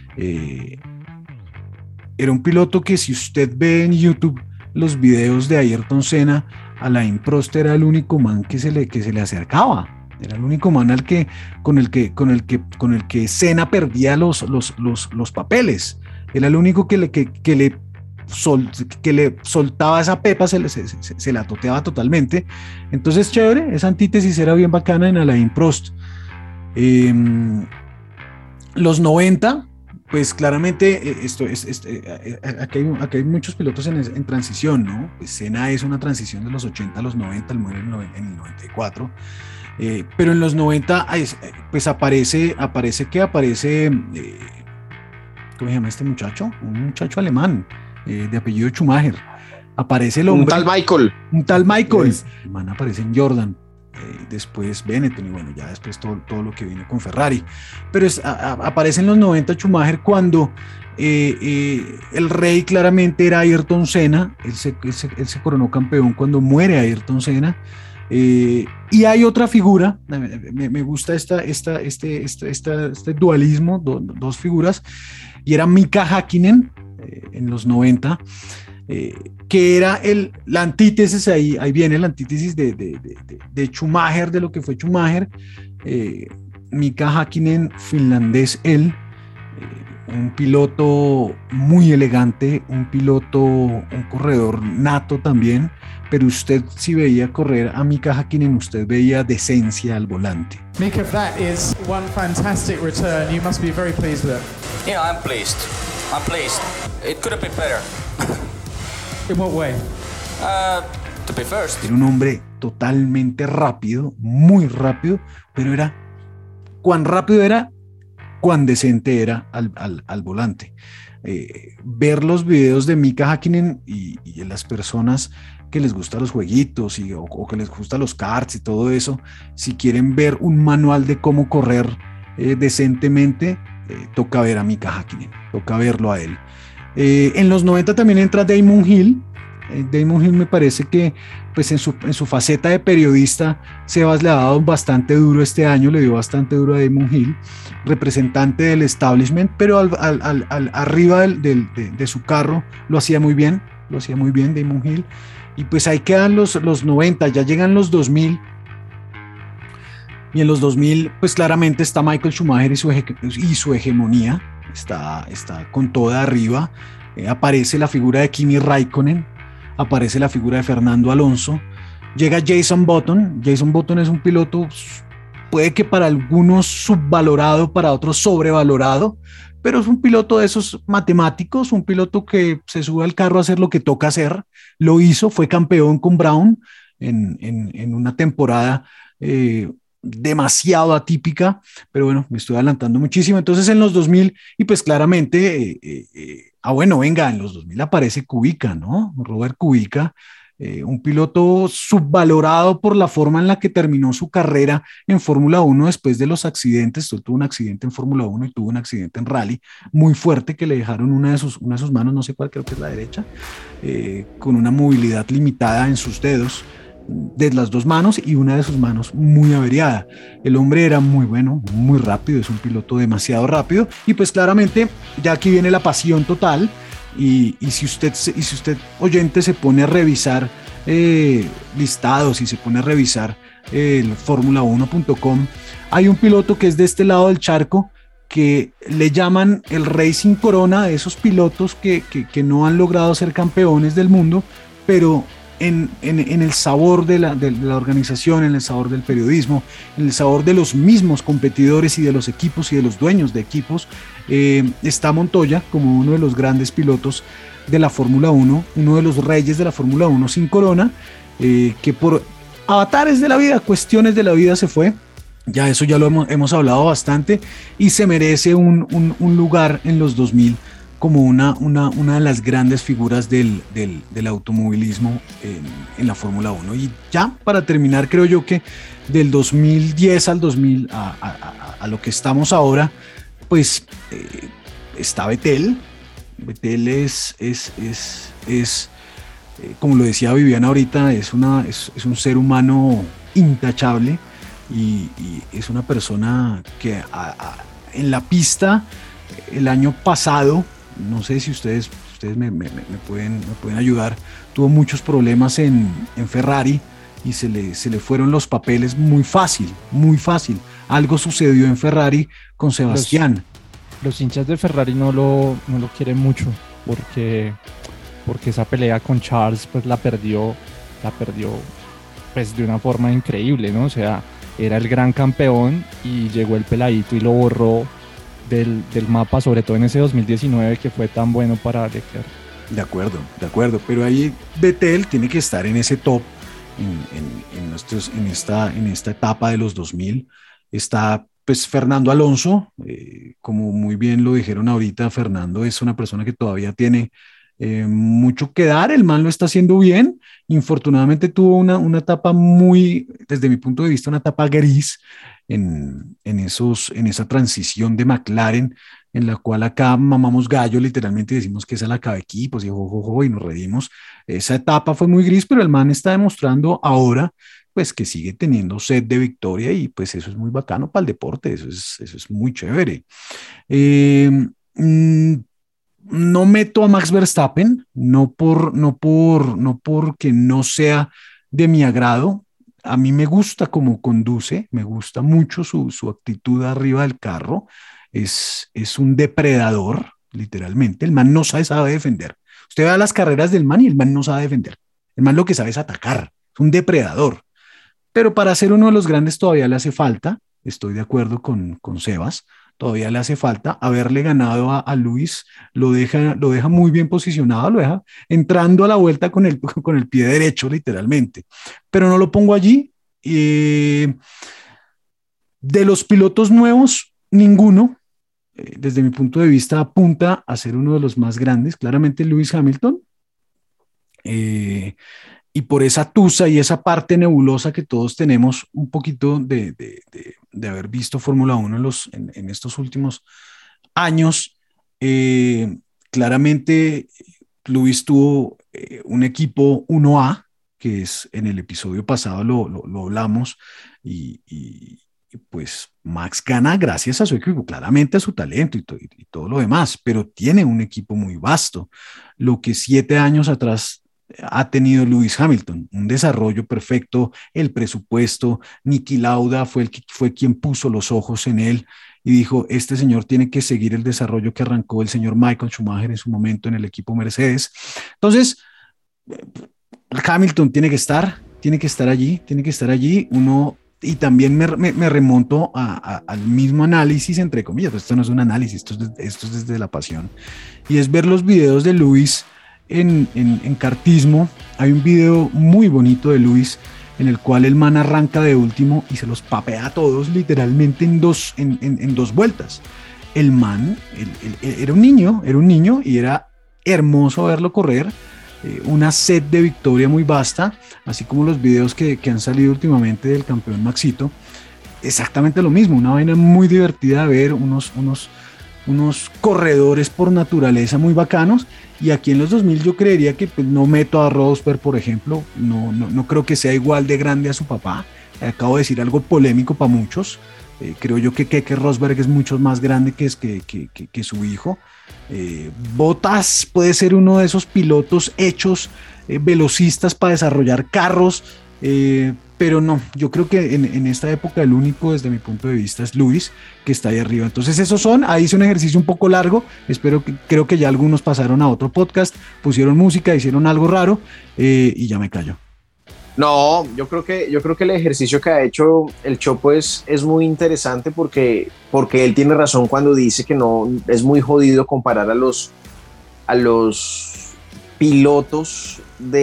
Eh, era un piloto que, si usted ve en YouTube los videos de Ayrton Senna, Alain Prost era el único man que se le, que se le acercaba. Era el único man al que, con, el que, con, el que, con el que Senna perdía los, los, los, los papeles. Era el único que le, que, que le, sol, que le soltaba esa pepa, se, le, se, se, se la toteaba totalmente. Entonces, chévere, esa antítesis era bien bacana en Alain Prost. Eh, los noventa, pues claramente esto es, es, aquí, hay, aquí hay muchos pilotos en, en transición, ¿no? Pues Senna es una transición de los ochenta a los noventa, él muere en el noventa y cuatro, eh, pero en los noventa pues aparece, aparece que aparece, eh, ¿cómo se llama este muchacho? Un muchacho alemán, eh, de apellido Schumacher. Aparece el hombre. Un tal Michael. Un tal Michael. El man aparece en Jordan. Eh, después Benetton y bueno, ya después todo, todo lo que viene con Ferrari, pero es, a, a, aparece en los noventa Schumacher cuando eh, eh, el rey claramente era Ayrton Senna. Él se, él, se, él se coronó campeón cuando muere Ayrton Senna, eh, y hay otra figura, me, me gusta esta, esta, este, este, esta, este dualismo, do, dos figuras, y era Mika Häkkinen eh, en los noventa, Eh, que era el, la antítesis, ahí, ahí viene la antítesis de, de, de, de Schumacher, de lo que fue Schumacher. eh, Mika Häkkinen, finlandés él, eh, un piloto muy elegante, un piloto, un corredor nato también, pero usted, si veía correr a Mika Häkkinen, usted veía decencia al volante. Mika, that is one fantastic return. You must be very pleased with it. Yeah, I'm pleased. I'm pleased. It could have been better. In what way? Uh, to be first. Era un hombre totalmente rápido, muy rápido, pero era, cuán rápido era, cuán decente era al, al, al volante. Eh, ver los videos de Mika Häkkinen y, y las personas que les gustan los jueguitos y, o, o que les gustan los karts y todo eso, si quieren ver un manual de cómo correr eh, decentemente, eh, toca ver a Mika Häkkinen, toca verlo a él. Eh, en los noventa también entra Damon Hill. Eh, Damon Hill me parece que pues en su, en su faceta de periodista Sebas le ha dado bastante duro este año, le dio bastante duro a Damon Hill, representante del establishment, pero al, al, al, al, arriba del, del, de, de su carro lo hacía muy bien, lo hacía muy bien Damon Hill. Y pues ahí quedan los, los noventa, ya llegan los dos mil. Y en los dos mil pues claramente está Michael Schumacher y su, y su hegemonía. Está, está con toda arriba. Eh, aparece la figura de Kimi Raikkonen, aparece la figura de Fernando Alonso, llega Jason Button. Jason Button es un piloto, puede que para algunos subvalorado, para otros sobrevalorado, pero es un piloto de esos matemáticos, un piloto que se sube al carro a hacer lo que toca hacer. Lo hizo, fue campeón con Brown en, en, en una temporada eh, demasiado atípica, pero bueno, me estoy adelantando muchísimo. Entonces en los dos mil, y pues claramente, eh, eh, eh, ah bueno, venga, en los dos mil aparece Kubica, ¿no? Robert Kubica, Eh, un piloto subvalorado por la forma en la que terminó su carrera en Fórmula uno después de los accidentes. Él tuvo un accidente en Fórmula uno y tuvo un accidente en rally muy fuerte que le dejaron una de sus, una de sus manos, no sé cuál, creo que es la derecha, eh, con una movilidad limitada en sus dedos de las dos manos y una de sus manos muy averiada. El hombre era muy bueno, muy rápido, es un piloto demasiado rápido y pues claramente ya aquí viene la pasión total. Y, y, si usted, y si usted, oyente, se pone a revisar eh, listados y se pone a revisar eh, el Fórmula uno punto com, hay un piloto que es de este lado del charco que le llaman el Racing Corona, de esos pilotos que, que, que no han logrado ser campeones del mundo, pero en, en, en el sabor de la, de la organización, en el sabor del periodismo, en el sabor de los mismos competidores y de los equipos y de los dueños de equipos. Eh, está Montoya como uno de los grandes pilotos de la Fórmula uno, uno de los reyes de la Fórmula uno sin corona, eh, que por avatares de la vida, cuestiones de la vida se fue. Ya eso ya lo hemos, hemos hablado bastante y se merece un, un, un lugar en los dos mil como una, una, una de las grandes figuras del, del, del automovilismo en, en la Fórmula uno. Y ya para terminar, creo yo que del dos mil diez al dos mil, a, a, a, a lo que estamos ahora, pues eh, está Vettel. Vettel es, es, es, es eh, como lo decía Viviana ahorita, es, una, es, es un ser humano intachable y, y es una persona que a, a, en la pista el año pasado, no sé si ustedes, ustedes me, me, me, pueden, me pueden ayudar, tuvo muchos problemas en, en Ferrari y se le, se le fueron los papeles muy fácil, muy fácil. Algo sucedió en Ferrari con Sebastián. Los, los hinchas de Ferrari no lo, no lo quieren mucho porque, porque esa pelea con Charles pues la perdió, la perdió pues de una forma increíble, ¿no? O sea, era el gran campeón y llegó el peladito y lo borró Del, del mapa, sobre todo en ese dos mil diecinueve que fue tan bueno para Leclerc. De acuerdo, de acuerdo, pero ahí Vettel tiene que estar en ese top, en, en, en, nuestros, en, esta, en esta etapa de los dos mil. Está pues Fernando Alonso, eh, como muy bien lo dijeron ahorita, Fernando es una persona que todavía tiene eh, mucho que dar, el man lo está haciendo bien, infortunadamente tuvo una, una etapa muy, desde mi punto de vista, una etapa gris, En, en, esos, en esa transición de McLaren, en la cual acá mamamos gallo, literalmente decimos que esa la acaba equipos y, jo, jo, jo, y nos reímos. Esa etapa fue muy gris, pero el man está demostrando ahora pues que sigue teniendo sed de victoria y pues eso es muy bacano para el deporte, eso es, eso es muy chévere. Eh, mmm, no meto a Max Verstappen, no, por, no, por, no porque no sea de mi agrado. A mí me gusta cómo conduce, me gusta mucho su, su actitud arriba del carro, es, es un depredador, literalmente, el man no sabe, sabe defender. Usted ve las carreras del man y el man no sabe defender, el man lo que sabe es atacar, es un depredador, pero para ser uno de los grandes todavía le hace falta, estoy de acuerdo con, con Sebas, todavía le hace falta haberle ganado a, a Luis, lo deja, lo deja muy bien posicionado, lo deja entrando a la vuelta con el, con el pie derecho literalmente, pero no lo pongo allí. Eh, de los pilotos nuevos, ninguno, eh, desde mi punto de vista, apunta a ser uno de los más grandes, claramente Lewis Hamilton, eh, y por esa tusa y esa parte nebulosa que todos tenemos un poquito de, de, de, de haber visto Fórmula uno en, los, en, en estos últimos años, eh, claramente Lewis tuvo eh, un equipo uno A, que es en el episodio pasado lo, lo, lo hablamos, y, y, y pues Max gana gracias a su equipo, claramente a su talento y, to, y, y todo lo demás, pero tiene un equipo muy vasto, lo que siete años atrás ha tenido Lewis Hamilton, un desarrollo perfecto, el presupuesto. Niki Lauda fue, el que, fue quien puso los ojos en él y dijo, este señor tiene que seguir el desarrollo que arrancó el señor Michael Schumacher en su momento en el equipo Mercedes. Entonces, Hamilton tiene que estar, tiene que estar allí, tiene que estar allí, uno, y también me, me, me remonto a, a, al mismo análisis, entre comillas, esto no es un análisis, esto es, esto es desde la pasión, y es ver los videos de Lewis En, en, en kartismo. Hay un video muy bonito de Lewis en el cual el man arranca de último y se los papea a todos literalmente en dos, en, en, en dos vueltas. El man el, el, era un niño, era un niño y era hermoso verlo correr, eh, una sed de victoria muy vasta, así como los videos que, que han salido últimamente del campeón Maxito. Exactamente lo mismo, una vaina muy divertida de ver, unos, unos, unos corredores por naturaleza muy bacanos. Y aquí en los dos mil yo creería que pues, no meto a Rosberg, por ejemplo, no, no, no creo que sea igual de grande a su papá. Acabo de decir algo polémico para muchos. Eh, creo yo que Keke Rosberg es mucho más grande que, que, que, que, que su hijo. Eh, Bottas puede ser uno de esos pilotos hechos, eh, velocistas para desarrollar carros, eh, pero no, yo creo que en, en esta época el único desde mi punto de vista es Lewis, que está ahí arriba. Entonces esos son, ahí hice un ejercicio un poco largo, espero que, creo que ya algunos pasaron a otro podcast, pusieron música, hicieron algo raro eh, y ya me callo. No, yo creo que, yo creo que el ejercicio que ha hecho el Chopo es, es muy interesante porque, porque él tiene razón cuando dice que no es muy jodido comparar a los, a los pilotos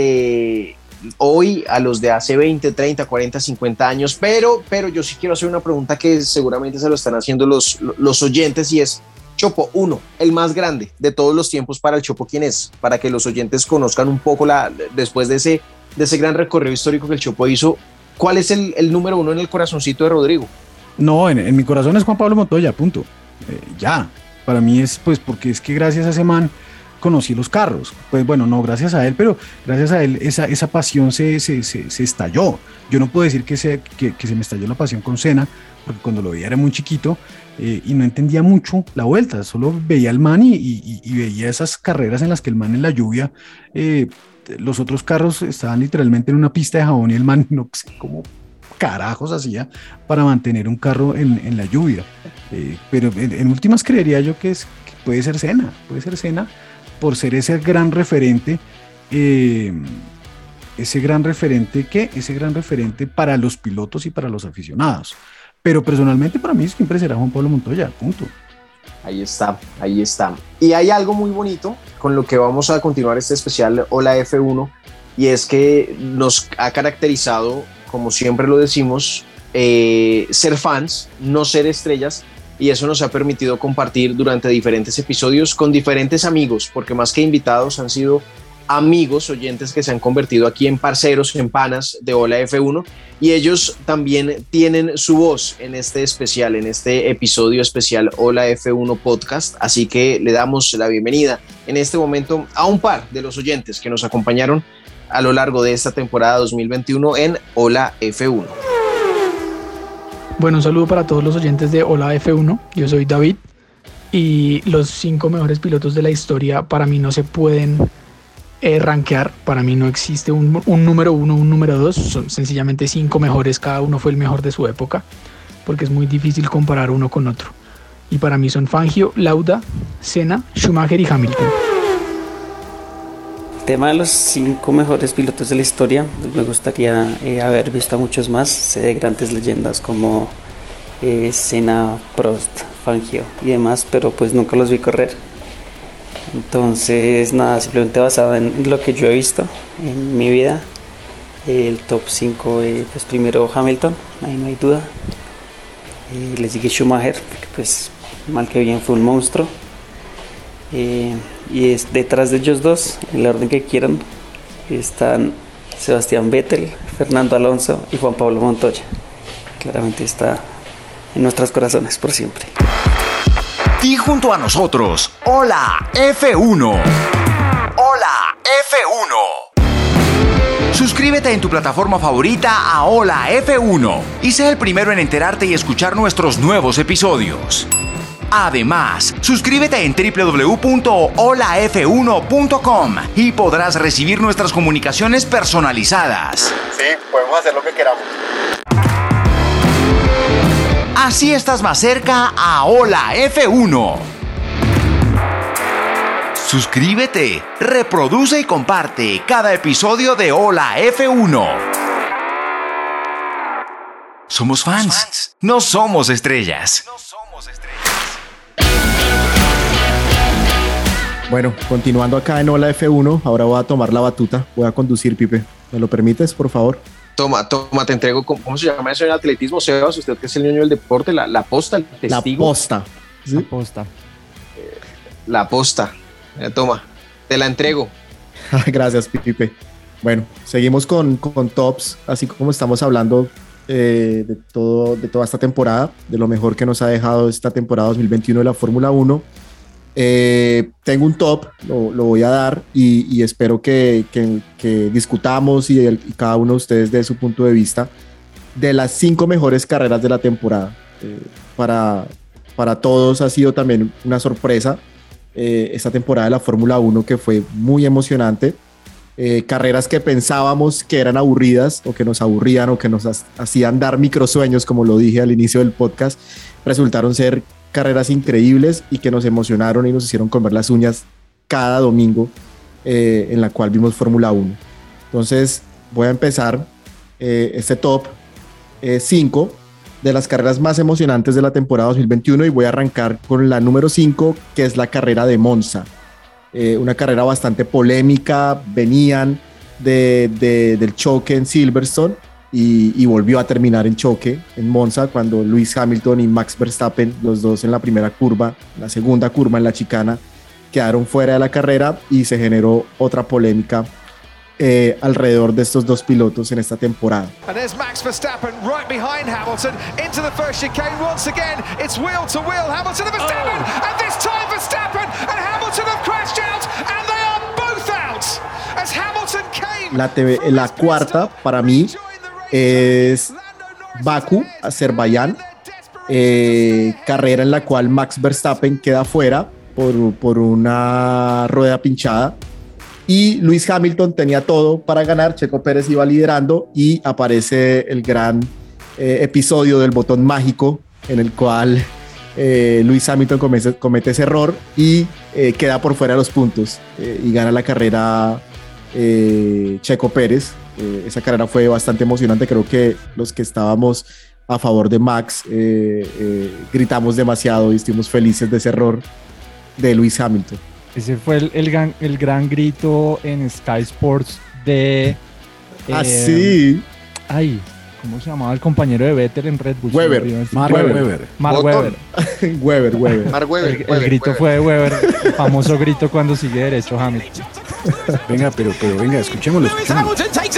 de hoy a los de hace veinte, treinta, cuarenta, cincuenta años, pero, pero yo sí quiero hacer una pregunta que seguramente se lo están haciendo los, los oyentes y es, Chopo, uno, el más grande de todos los tiempos para el Chopo, ¿quién es? Para que los oyentes conozcan un poco la, después de ese de ese gran recorrido histórico que el Chopo hizo, ¿cuál es el, el número uno en el corazoncito de Rodrigo? No, en, en mi corazón es Juan Pablo Montoya, punto. Eh, ya, para mí es pues porque es que gracias a ese man conocí los carros. Pues bueno, no gracias a él, pero gracias a él esa, esa pasión se, se, se, se estalló. Yo no puedo decir que se, que, que se me estalló la pasión con Senna, porque cuando lo veía era muy chiquito eh, y no entendía mucho la vuelta, solo veía al man y, y, y veía esas carreras en las que el man en la lluvia... Eh, los otros carros estaban literalmente en una pista de jabón y el man no sé cómo carajos hacía para mantener un carro en, en la lluvia. Eh, pero en, en últimas creería yo que, es, que puede ser Senna, puede ser Senna por ser ese gran referente, eh, ese gran referente que, ese gran referente para los pilotos y para los aficionados. Pero personalmente para mí siempre será Juan Pablo Montoya, punto. Ahí está, ahí está. Y hay algo muy bonito con lo que vamos a continuar este especial Hola F uno, y es que nos ha caracterizado, como siempre lo decimos, eh, ser fans, no ser estrellas, y eso nos ha permitido compartir durante diferentes episodios con diferentes amigos, porque más que invitados han sido amigos, oyentes que se han convertido aquí en parceros, en panas de Hola F uno, y ellos también tienen su voz en este especial, en este episodio especial Hola F uno Podcast, así que le damos la bienvenida en este momento a un par de los oyentes que nos acompañaron a lo largo de esta temporada dos mil veintiuno en Hola F uno. Bueno, un saludo para todos los oyentes de Hola F uno, yo soy David, y los cinco mejores pilotos de la historia para mí no se pueden Eh, rankear. Para mí no existe un, un número uno, un número dos, son sencillamente cinco mejores, cada uno fue el mejor de su época, porque es muy difícil comparar uno con otro, y para mí son Fangio, Lauda, Senna, Schumacher y Hamilton. El tema de los cinco mejores pilotos de la historia, pues me gustaría eh, haber visto a muchos más. Sé de grandes leyendas como eh, Senna, Prost, Fangio y demás, pero pues nunca los vi correr. Entonces nada, simplemente basado en lo que yo he visto en mi vida, el top cinco, eh, pues primero Hamilton, ahí no hay duda, eh, le sigue Schumacher, que pues mal que bien fue un monstruo, eh, y es detrás de ellos dos, en el orden que quieran, están Sebastián Vettel, Fernando Alonso y Juan Pablo Montoya. Claramente está en nuestros corazones por siempre. Y junto a nosotros, Hola F uno. Hola F uno. Suscríbete en tu plataforma favorita a Hola F uno y sé el primero en enterarte y escuchar nuestros nuevos episodios. Además, suscríbete en doble u doble u doble u punto hola f uno punto com y podrás recibir nuestras comunicaciones personalizadas. Sí, podemos hacer lo que queramos. Así estás más cerca a Hola F uno. Suscríbete, reproduce y comparte cada episodio de Hola F uno. Somos fans, no somos estrellas. Bueno, continuando acá en Hola F uno, ahora voy a tomar la batuta, voy a conducir, Pipe. ¿Me lo permites, por favor? Toma, toma, te entrego, ¿cómo se llama eso en atletismo, Sebas? Usted que es el niño del deporte, la, la posta, el testigo. La posta. ¿Sí? La posta. Eh, la posta. Eh, toma, te la entrego. Gracias, Pipe. Bueno, seguimos con, con tops, así como estamos hablando eh, de, todo, de toda esta temporada, de lo mejor que nos ha dejado esta temporada dos mil veintiuno de la Fórmula uno. Eh, tengo un top, lo, lo voy a dar y, y espero que, que, que discutamos y, el, y cada uno de ustedes dé su punto de vista de las cinco mejores carreras de la temporada. Eh, para, para todos ha sido también una sorpresa eh, esta temporada de la Fórmula uno, que fue muy emocionante. Eh, carreras que pensábamos que eran aburridas o que nos aburrían o que nos ha- hacían dar microsueños, como lo dije al inicio del podcast, resultaron ser carreras increíbles y que nos emocionaron y nos hicieron comer las uñas cada domingo eh, en la cual vimos Fórmula uno. Entonces voy a empezar eh, este top cinco de las carreras más emocionantes de la temporada dos mil veintiuno y voy a arrancar con la número cinco, que es la carrera de Monza. Eh, una carrera bastante polémica, venían de, de, del choque en Silverstone y, y volvió a terminar en choque en Monza cuando Lewis Hamilton y Max Verstappen, los dos en la primera curva, la segunda curva en la chicana, quedaron fuera de la carrera y se generó otra polémica eh, alrededor de estos dos pilotos en esta temporada. And there's Max Verstappen right behind Hamilton into the first chicane once again. It's wheel to wheel. Hamilton and Verstappen, oh. and this time Verstappen and Hamilton have crashed out, and they are both out as Hamilton came. La, T V, la cuarta para mí es Bakú, Azerbaiyán, eh, carrera en la cual Max Verstappen queda fuera por, por una rueda pinchada. Y Lewis Hamilton tenía todo para ganar, Checo Pérez iba liderando y aparece el gran eh, episodio del botón mágico en el cual eh, Lewis Hamilton comete, comete ese error y eh, queda por fuera de los puntos eh, y gana la carrera eh, Checo Pérez. Eh, esa carrera fue bastante emocionante, creo que los que estábamos a favor de Max eh, eh, gritamos demasiado y estuvimos felices de ese error de Lewis Hamilton. Ese fue el, el, gran, el gran grito en Sky Sports de... Ah, eh, sí. Ay, ¿cómo se llamaba el compañero de Vettel en Red Bull? Weber. Mark Weber. Weber. Mark Botón. Weber. Weber, Weber. Mark Weber. El, el Weber, grito Weber. fue de Weber, el famoso grito cuando sigue derecho Hamilton. Venga, pero, pero venga, escuchémoslo, escuchémoslo.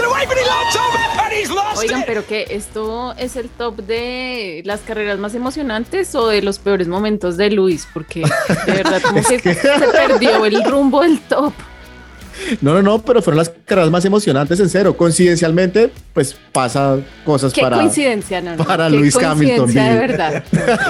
Oigan, pero que esto es el top de las carreras más emocionantes o de los peores momentos de Luis, porque de verdad como que, que se perdió el rumbo del top. No, no, no, pero fueron las carreras más emocionantes, en serio. Coincidencialmente, pues pasa cosas Qué para, coincidencia, no, no. para Qué Lewis Hamilton. coincidencia de Vivi. verdad.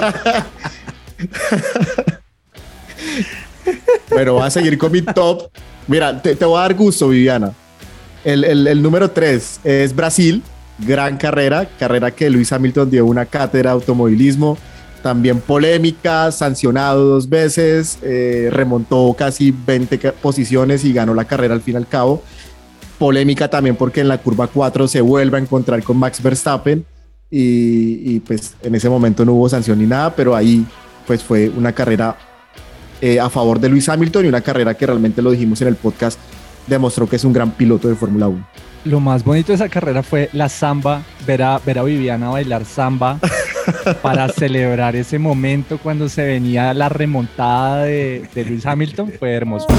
Pero voy a seguir con mi top. Mira, te, te voy a dar gusto, Viviana. El, el, el número tres es Brasil. Gran carrera, carrera que Lewis Hamilton dio una cátedra de automovilismo, también polémica, sancionado dos veces, eh, remontó casi veinte ca- posiciones y ganó la carrera al fin y al cabo. Polémica también porque en la curva cuatro se vuelve a encontrar con Max Verstappen y, y pues en ese momento no hubo sanción ni nada, pero ahí pues fue una carrera eh, a favor de Lewis Hamilton y una carrera que realmente, lo dijimos en el podcast, demostró que es un gran piloto de Fórmula uno. Lo más bonito de esa carrera fue la samba, ver a, ver a Viviana bailar samba para celebrar ese momento cuando se venía la remontada de, de Lewis Hamilton. Fue hermoso.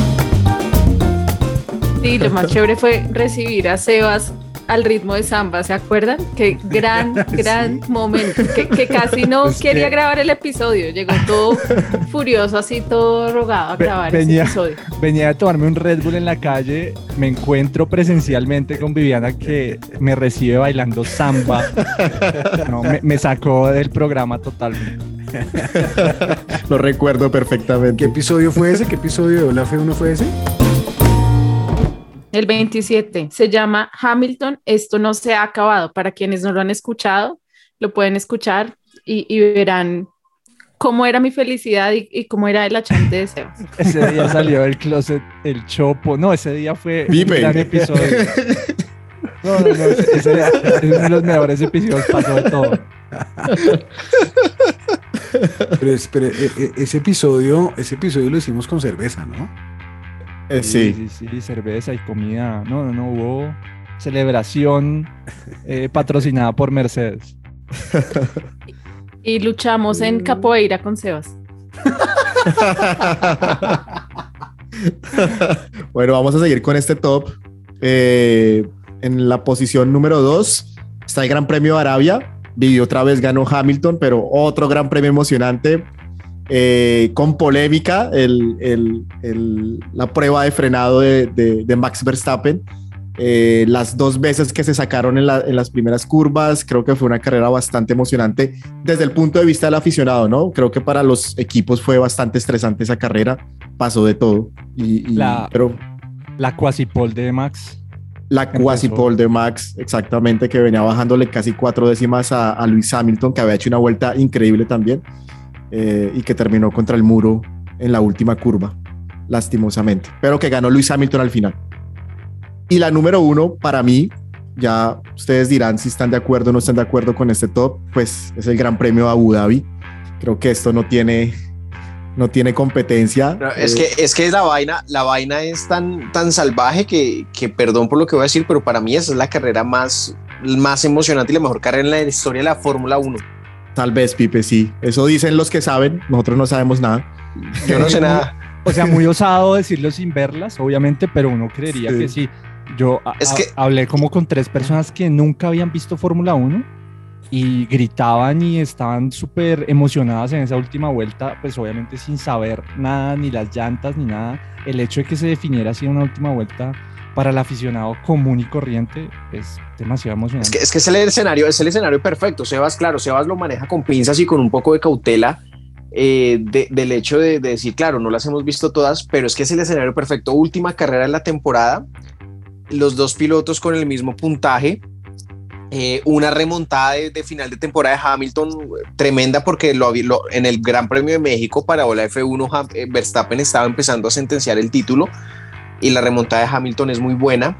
Sí, lo más chévere fue recibir a Sebas al ritmo de samba, ¿se acuerdan? Qué gran, gran sí. momento, que, que casi no es quería que... grabar el episodio, llegó todo furioso, así todo rogado a grabar venía, ese episodio. Venía a tomarme un Red Bull en la calle, me encuentro presencialmente con Viviana que me recibe bailando samba, no, me, me sacó del programa totalmente. Lo recuerdo perfectamente. ¿Qué episodio fue ese? ¿Qué episodio de Hola F uno fue ese? El veintisiete, se llama Hamilton, esto no se ha acabado. Para quienes no lo han escuchado, lo pueden escuchar y, y verán cómo era mi felicidad y, y cómo era el achante de Sebas. Ese día salió del closet el Chopo. No, ese día fue Vive. un gran episodio. No, no, no, ese día es uno de los mejores episodios, pasó de todo. Pero, pero ese episodio, ese episodio lo hicimos con cerveza, ¿no? Eh, sí. sí, sí, sí, cerveza y comida. No, no, no, hubo celebración eh, patrocinada por Mercedes. Y luchamos en capoeira con Sebas. Bueno, vamos a seguir con este top. Eh, en la posición número dos está el Gran Premio de Arabia. Vivió otra vez, ganó Hamilton, pero otro gran premio emocionante. Eh, con polémica, el, el, el, la prueba de frenado de, de, de Max Verstappen. Eh, las dos veces que se sacaron en, la, en las primeras curvas, creo que fue una carrera bastante emocionante desde el punto de vista del aficionado, ¿no? Creo que para los equipos fue bastante estresante esa carrera, pasó de todo. Y, y, la, pero, la quasi pole de Max. La quasi pole de Max, exactamente, que venía bajándole casi cuatro décimas a, a Lewis Hamilton, que había hecho una vuelta increíble también, eh, y que terminó contra el muro en la última curva, lastimosamente, pero que ganó Lewis Hamilton al final. Y la número uno, para mí, ya ustedes dirán si están de acuerdo o no están de acuerdo con este top, pues es el Gran Premio de Abu Dhabi. Creo que esto no tiene, no tiene competencia. No, es, eh, que, es que la vaina, la vaina es tan, tan salvaje que, que, perdón por lo que voy a decir, pero para mí esa es la carrera más, más emocionante y la mejor carrera en la historia de la Fórmula uno. Tal vez, Pipe, sí. Eso dicen los que saben, nosotros no sabemos nada. Yo no sé nada. O sea, muy osado decirlo sin verlas, obviamente, pero uno creería sí. que sí. Yo a, es que, a, hablé como con tres personas que nunca habían visto Fórmula uno y gritaban y estaban súper emocionadas en esa última vuelta, pues obviamente sin saber nada, ni las llantas, ni nada. El hecho de que se definiera así una última vuelta para el aficionado común y corriente es demasiado emocionante. Es que, es que es el escenario, es el escenario perfecto. Sebas, claro, Sebas lo maneja con pinzas y con un poco de cautela. Eh, de, del hecho de, de decir, claro, no las hemos visto todas, pero es que es el escenario perfecto. Última carrera de la temporada, los dos pilotos con el mismo puntaje, eh, una remontada de, de final de temporada de Hamilton tremenda, porque lo, lo, en el Gran Premio de México para la F uno eh, Verstappen estaba empezando a sentenciar el título y la remontada de Hamilton es muy buena.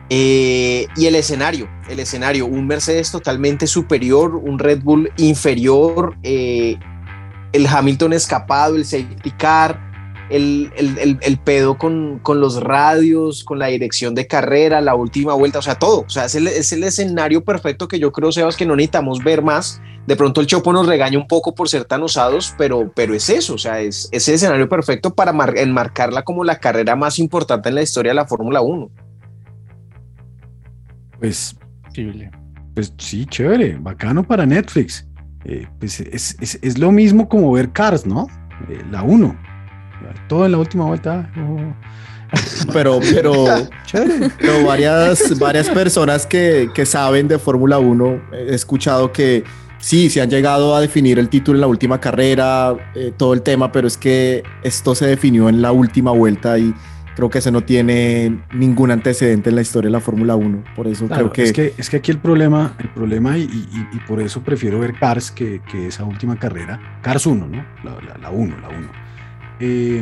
Eh, y el escenario, el escenario, un Mercedes totalmente superior, un Red Bull inferior, eh, el Hamilton escapado, el safety car, el, el, el, el pedo con, con los radios, con la dirección de carrera, la última vuelta, o sea, todo. O sea, es el, es el escenario perfecto que yo creo, Sebas, que no necesitamos ver más. De pronto el Chopo nos regaña un poco por ser tan osados, pero, pero es eso, o sea, es, es el escenario perfecto para mar, enmarcarla como la carrera más importante en la historia de la Fórmula uno. Pues, pues sí, chévere, bacano para Netflix. Eh, pues es, es, es lo mismo como ver Cars, ¿no? Eh, la uno. Todo en la última vuelta. Oh. Pero, pero, pero varias, varias personas que, que saben de Fórmula uno, he escuchado que sí, se han llegado a definir el título en la última carrera, eh, todo el tema, pero es que esto se definió en la última vuelta y creo que ese no tiene ningún antecedente en la historia de la Fórmula uno. Por eso claro, creo que... Es, que... es que aquí el problema, el problema y, y, y por eso prefiero ver Cars que, que esa última carrera. Cars uno, ¿no? La uno, la uno. Eh,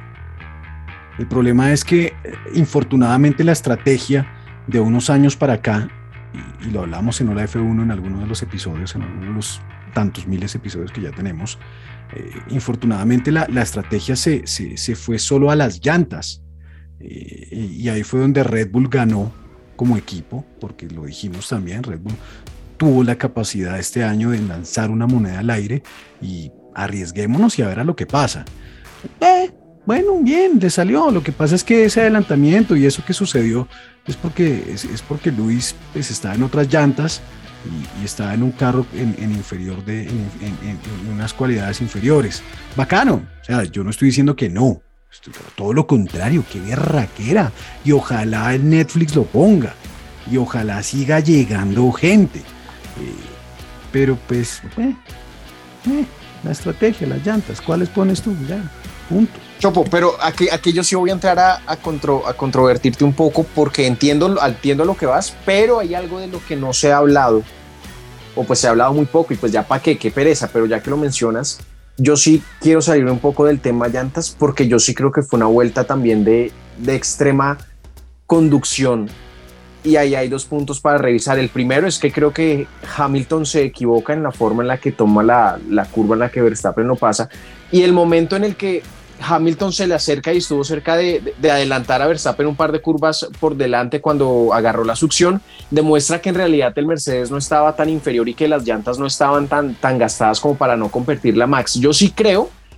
el problema es que, eh, infortunadamente, la estrategia de unos años para acá, y, y lo hablamos en Hola F uno en algunos de los episodios, en algunos de los tantos miles de episodios que ya tenemos, eh, infortunadamente la, la estrategia se, se, se fue solo a las llantas. Eh, y ahí fue donde Red Bull ganó como equipo, porque lo dijimos también, Red Bull tuvo la capacidad este año de lanzar una moneda al aire y arriesguémonos y a ver a lo que pasa. Eh, bueno, bien, le salió. Lo que pasa es que ese adelantamiento y eso que sucedió es porque, es, es porque Luis pues, estaba en otras llantas y, y estaba en un carro en, en inferior de, en, en, en, en unas cualidades inferiores. Bacano, o sea, yo no estoy diciendo que no. Todo lo contrario, qué berraquera. Y ojalá el Netflix lo ponga. Y ojalá siga llegando gente. Eh, pero pues, eh, eh, la estrategia, las llantas, ¿cuáles pones tú? Ya, punto. Chopo, pero aquí, aquí yo sí voy a entrar a, a, contro, a controvertirte un poco porque entiendo, entiendo lo que vas, pero hay algo de lo que no se ha hablado. O pues se ha hablado muy poco y pues ya para qué, qué pereza, pero ya que lo mencionas, yo sí quiero salir un poco del tema llantas porque yo sí creo que fue una vuelta también de, de extrema conducción y ahí hay dos puntos para revisar. El primero es que creo que Hamilton se equivoca en la forma en la que toma la, la curva en la que Verstappen no pasa y el momento en el que Hamilton se le acerca y estuvo cerca de, de, de adelantar a Verstappen un par de curvas por delante cuando agarró la succión, demuestra que en realidad el Mercedes no estaba tan inferior y que las llantas no estaban tan, tan gastadas como para no competirle a Max. Yo sí creo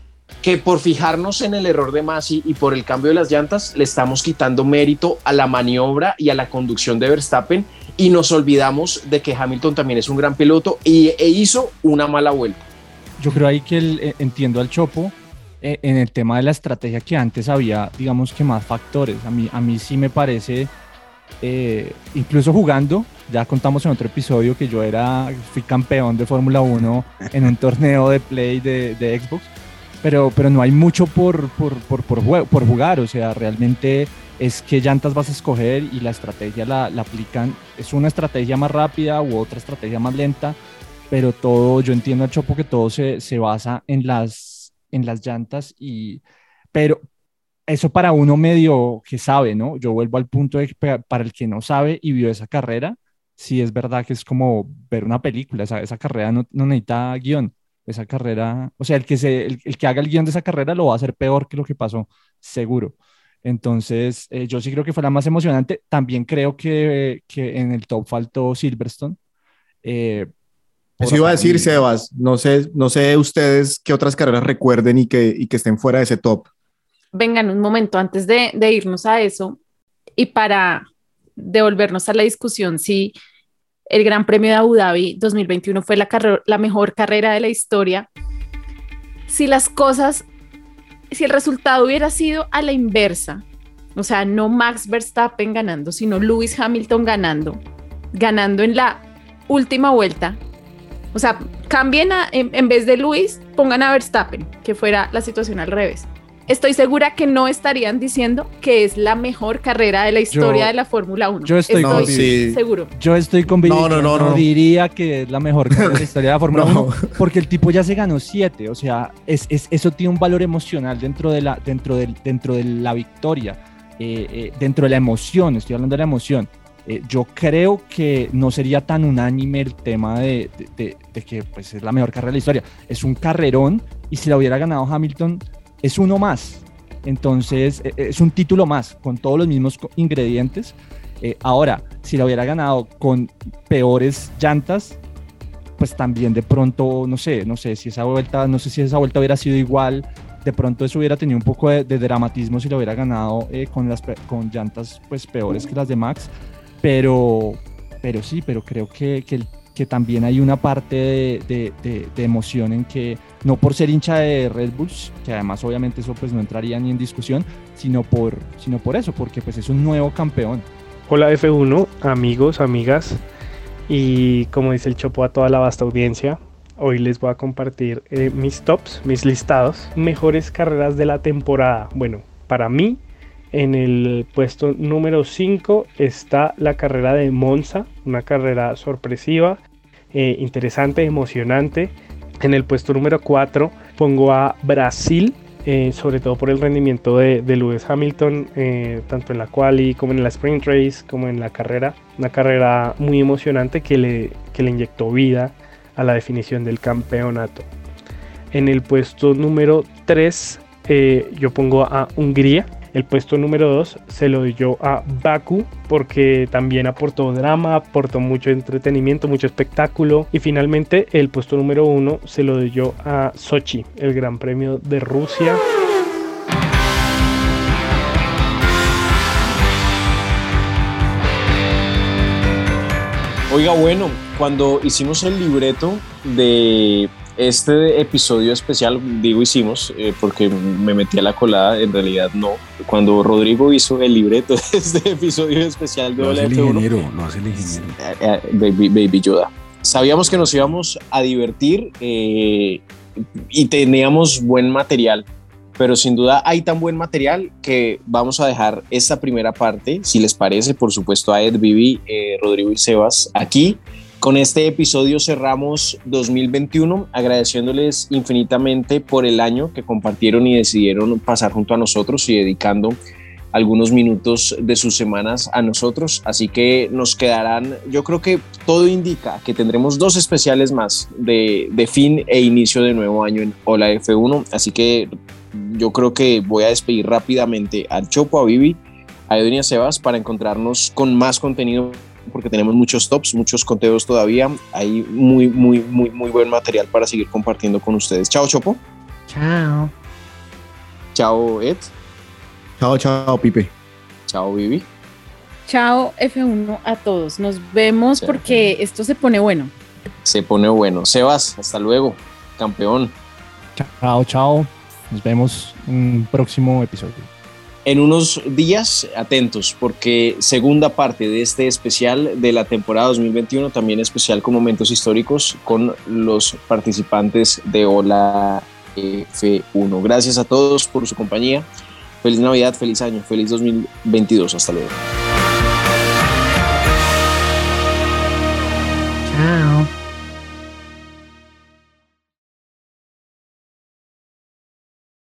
que por fijarnos en el error de Masi y por el cambio de las llantas, le estamos quitando mérito a la maniobra y a la conducción de Verstappen y nos olvidamos de que Hamilton también es un gran piloto y, e hizo una mala vuelta. Yo creo ahí que el, eh, entiendo al Chopo eh, en el tema de la estrategia, que antes había, digamos que más factores. A mí, a mí sí me parece, eh, incluso jugando, ya contamos en otro episodio que yo era, fui campeón de Fórmula uno en un torneo de Play de, de Xbox, pero, pero no hay mucho por, por, por, por, jue- por jugar, o sea, realmente es qué llantas vas a escoger y la estrategia la, la aplican, es una estrategia más rápida u otra estrategia más lenta, pero todo, yo entiendo al Chopo que todo se, se basa en las, en las llantas, y, pero eso para uno medio que sabe, ¿no? Yo vuelvo al punto de que para el que no sabe y vio esa carrera, sí es verdad que es como ver una película, esa, esa carrera no, no necesita guión, esa carrera, o sea, el que, se, el, el que haga el guión de esa carrera lo va a hacer peor que lo que pasó, seguro. Entonces, eh, yo sí creo que fue la más emocionante. También creo que, que en el top faltó Silverstone. Eh, Eso iba a decir, Sebas, no sé, no sé ustedes qué otras carreras recuerden y que, y que estén fuera de ese top. Vengan un momento antes de, de irnos a eso y para devolvernos a la discusión si el Gran Premio de Abu Dhabi dos mil veintiuno fue la, carre- la mejor carrera de la historia. Si las cosas, si el resultado hubiera sido a la inversa, o sea, no Max Verstappen ganando, sino Lewis Hamilton ganando, ganando en la última vuelta, o sea, cambien a, en, en vez de Lewis, pongan a Verstappen, que fuera la situación al revés. Estoy segura que no estarían diciendo que es la mejor carrera de la historia Yo- de la Fórmula uno. Yo estoy, estoy con- sí. seguro. Yo estoy convencido. No, no, no, no no. diría que es la mejor carrera de la historia de la Fórmula No. uno, porque el tipo ya se ganó siete. O sea, es, es- eso tiene un valor emocional dentro de la, dentro del- dentro de la victoria, eh, eh, dentro de la emoción. Estoy hablando de la emoción. Eh, yo creo que no sería tan unánime el tema de, de- de- de que pues, es la mejor carrera de la historia. Es un carrerón, y si la hubiera ganado Hamilton, es uno más. Entonces, eh, es un título más, con todos los mismos co- ingredientes. Eh, ahora, si la hubiera ganado con peores llantas, pues también de pronto, no sé, no sé si esa vuelta, no sé si esa vuelta hubiera sido igual. De pronto eso hubiera tenido un poco de, de dramatismo si lo hubiera ganado eh, con, las, pe- con llantas pues peores que las de Max. Pero, pero sí, pero creo que, que, el- que también hay una parte de, de- de- de emoción en que, no por ser hincha de Red Bulls, que además obviamente eso pues no entraría ni en discusión, sino por, sino por eso, porque pues es un nuevo campeón. Hola F uno, amigos, amigas, y como dice el Chopo a toda la vasta audiencia, hoy les voy a compartir eh, mis tops, mis listados, mejores carreras de la temporada. Bueno, para mí, en el puesto número cinco está la carrera de Monza, una carrera sorpresiva, eh, interesante, emocionante. En el puesto número cuatro pongo a Brasil, eh, sobre todo por el rendimiento de, de Lewis Hamilton, eh, tanto en la quali como en la sprint race, como en la carrera. Una carrera muy emocionante que le, que le inyectó vida a la definición del campeonato. En el puesto número tres eh, yo pongo a Hungría. El puesto número dos se lo doy yo a Bakú, porque también aportó drama, aportó mucho entretenimiento, mucho espectáculo. Y finalmente el puesto número uno se lo doy yo a Sochi, el Gran Premio de Rusia. Oiga, bueno, cuando hicimos el libreto de este episodio especial, digo hicimos, eh, porque me metí a la colada, en realidad no. Cuando Rodrigo hizo el libreto de este episodio especial de Lo Hola hace el F uno, ingeniero, lo hace el ingeniero. eh, eh, baby, baby Yoda. Sabíamos que nos íbamos a divertir eh, y teníamos buen material, pero sin duda hay tan buen material que vamos a dejar esta primera parte, si les parece, por supuesto a Ed, Vivi, eh, Rodrigo y Sebas aquí. Con este episodio cerramos dos mil veintiuno, agradeciéndoles infinitamente por el año que compartieron y decidieron pasar junto a nosotros y dedicando algunos minutos de sus semanas a nosotros. Así que nos quedarán, yo creo que todo indica que tendremos dos especiales más de, de fin e inicio de nuevo año en Hola F uno. Así que yo creo que voy a despedir rápidamente al Chopo, a Vivi, a Edwin y a Sebas para encontrarnos con más contenido, porque tenemos muchos tops, muchos conteos todavía. Hay muy, muy, muy, muy buen material para seguir compartiendo con ustedes. Chao, Chopo. Chao. Chao, Ed. Chao, chao, Pipe. Chao, Vivi. Chao, F uno a todos. Nos vemos Chao. porque esto se pone bueno. Se pone bueno. Sebas, hasta luego. Campeón. Chao, chao. Nos vemos en un próximo episodio. En unos días, atentos, porque segunda parte de este especial de la temporada dos mil veintiuno, también especial con momentos históricos con los participantes de Hola F uno. Gracias a todos por su compañía. Feliz Navidad, feliz año, feliz dos mil veintidós. Hasta luego.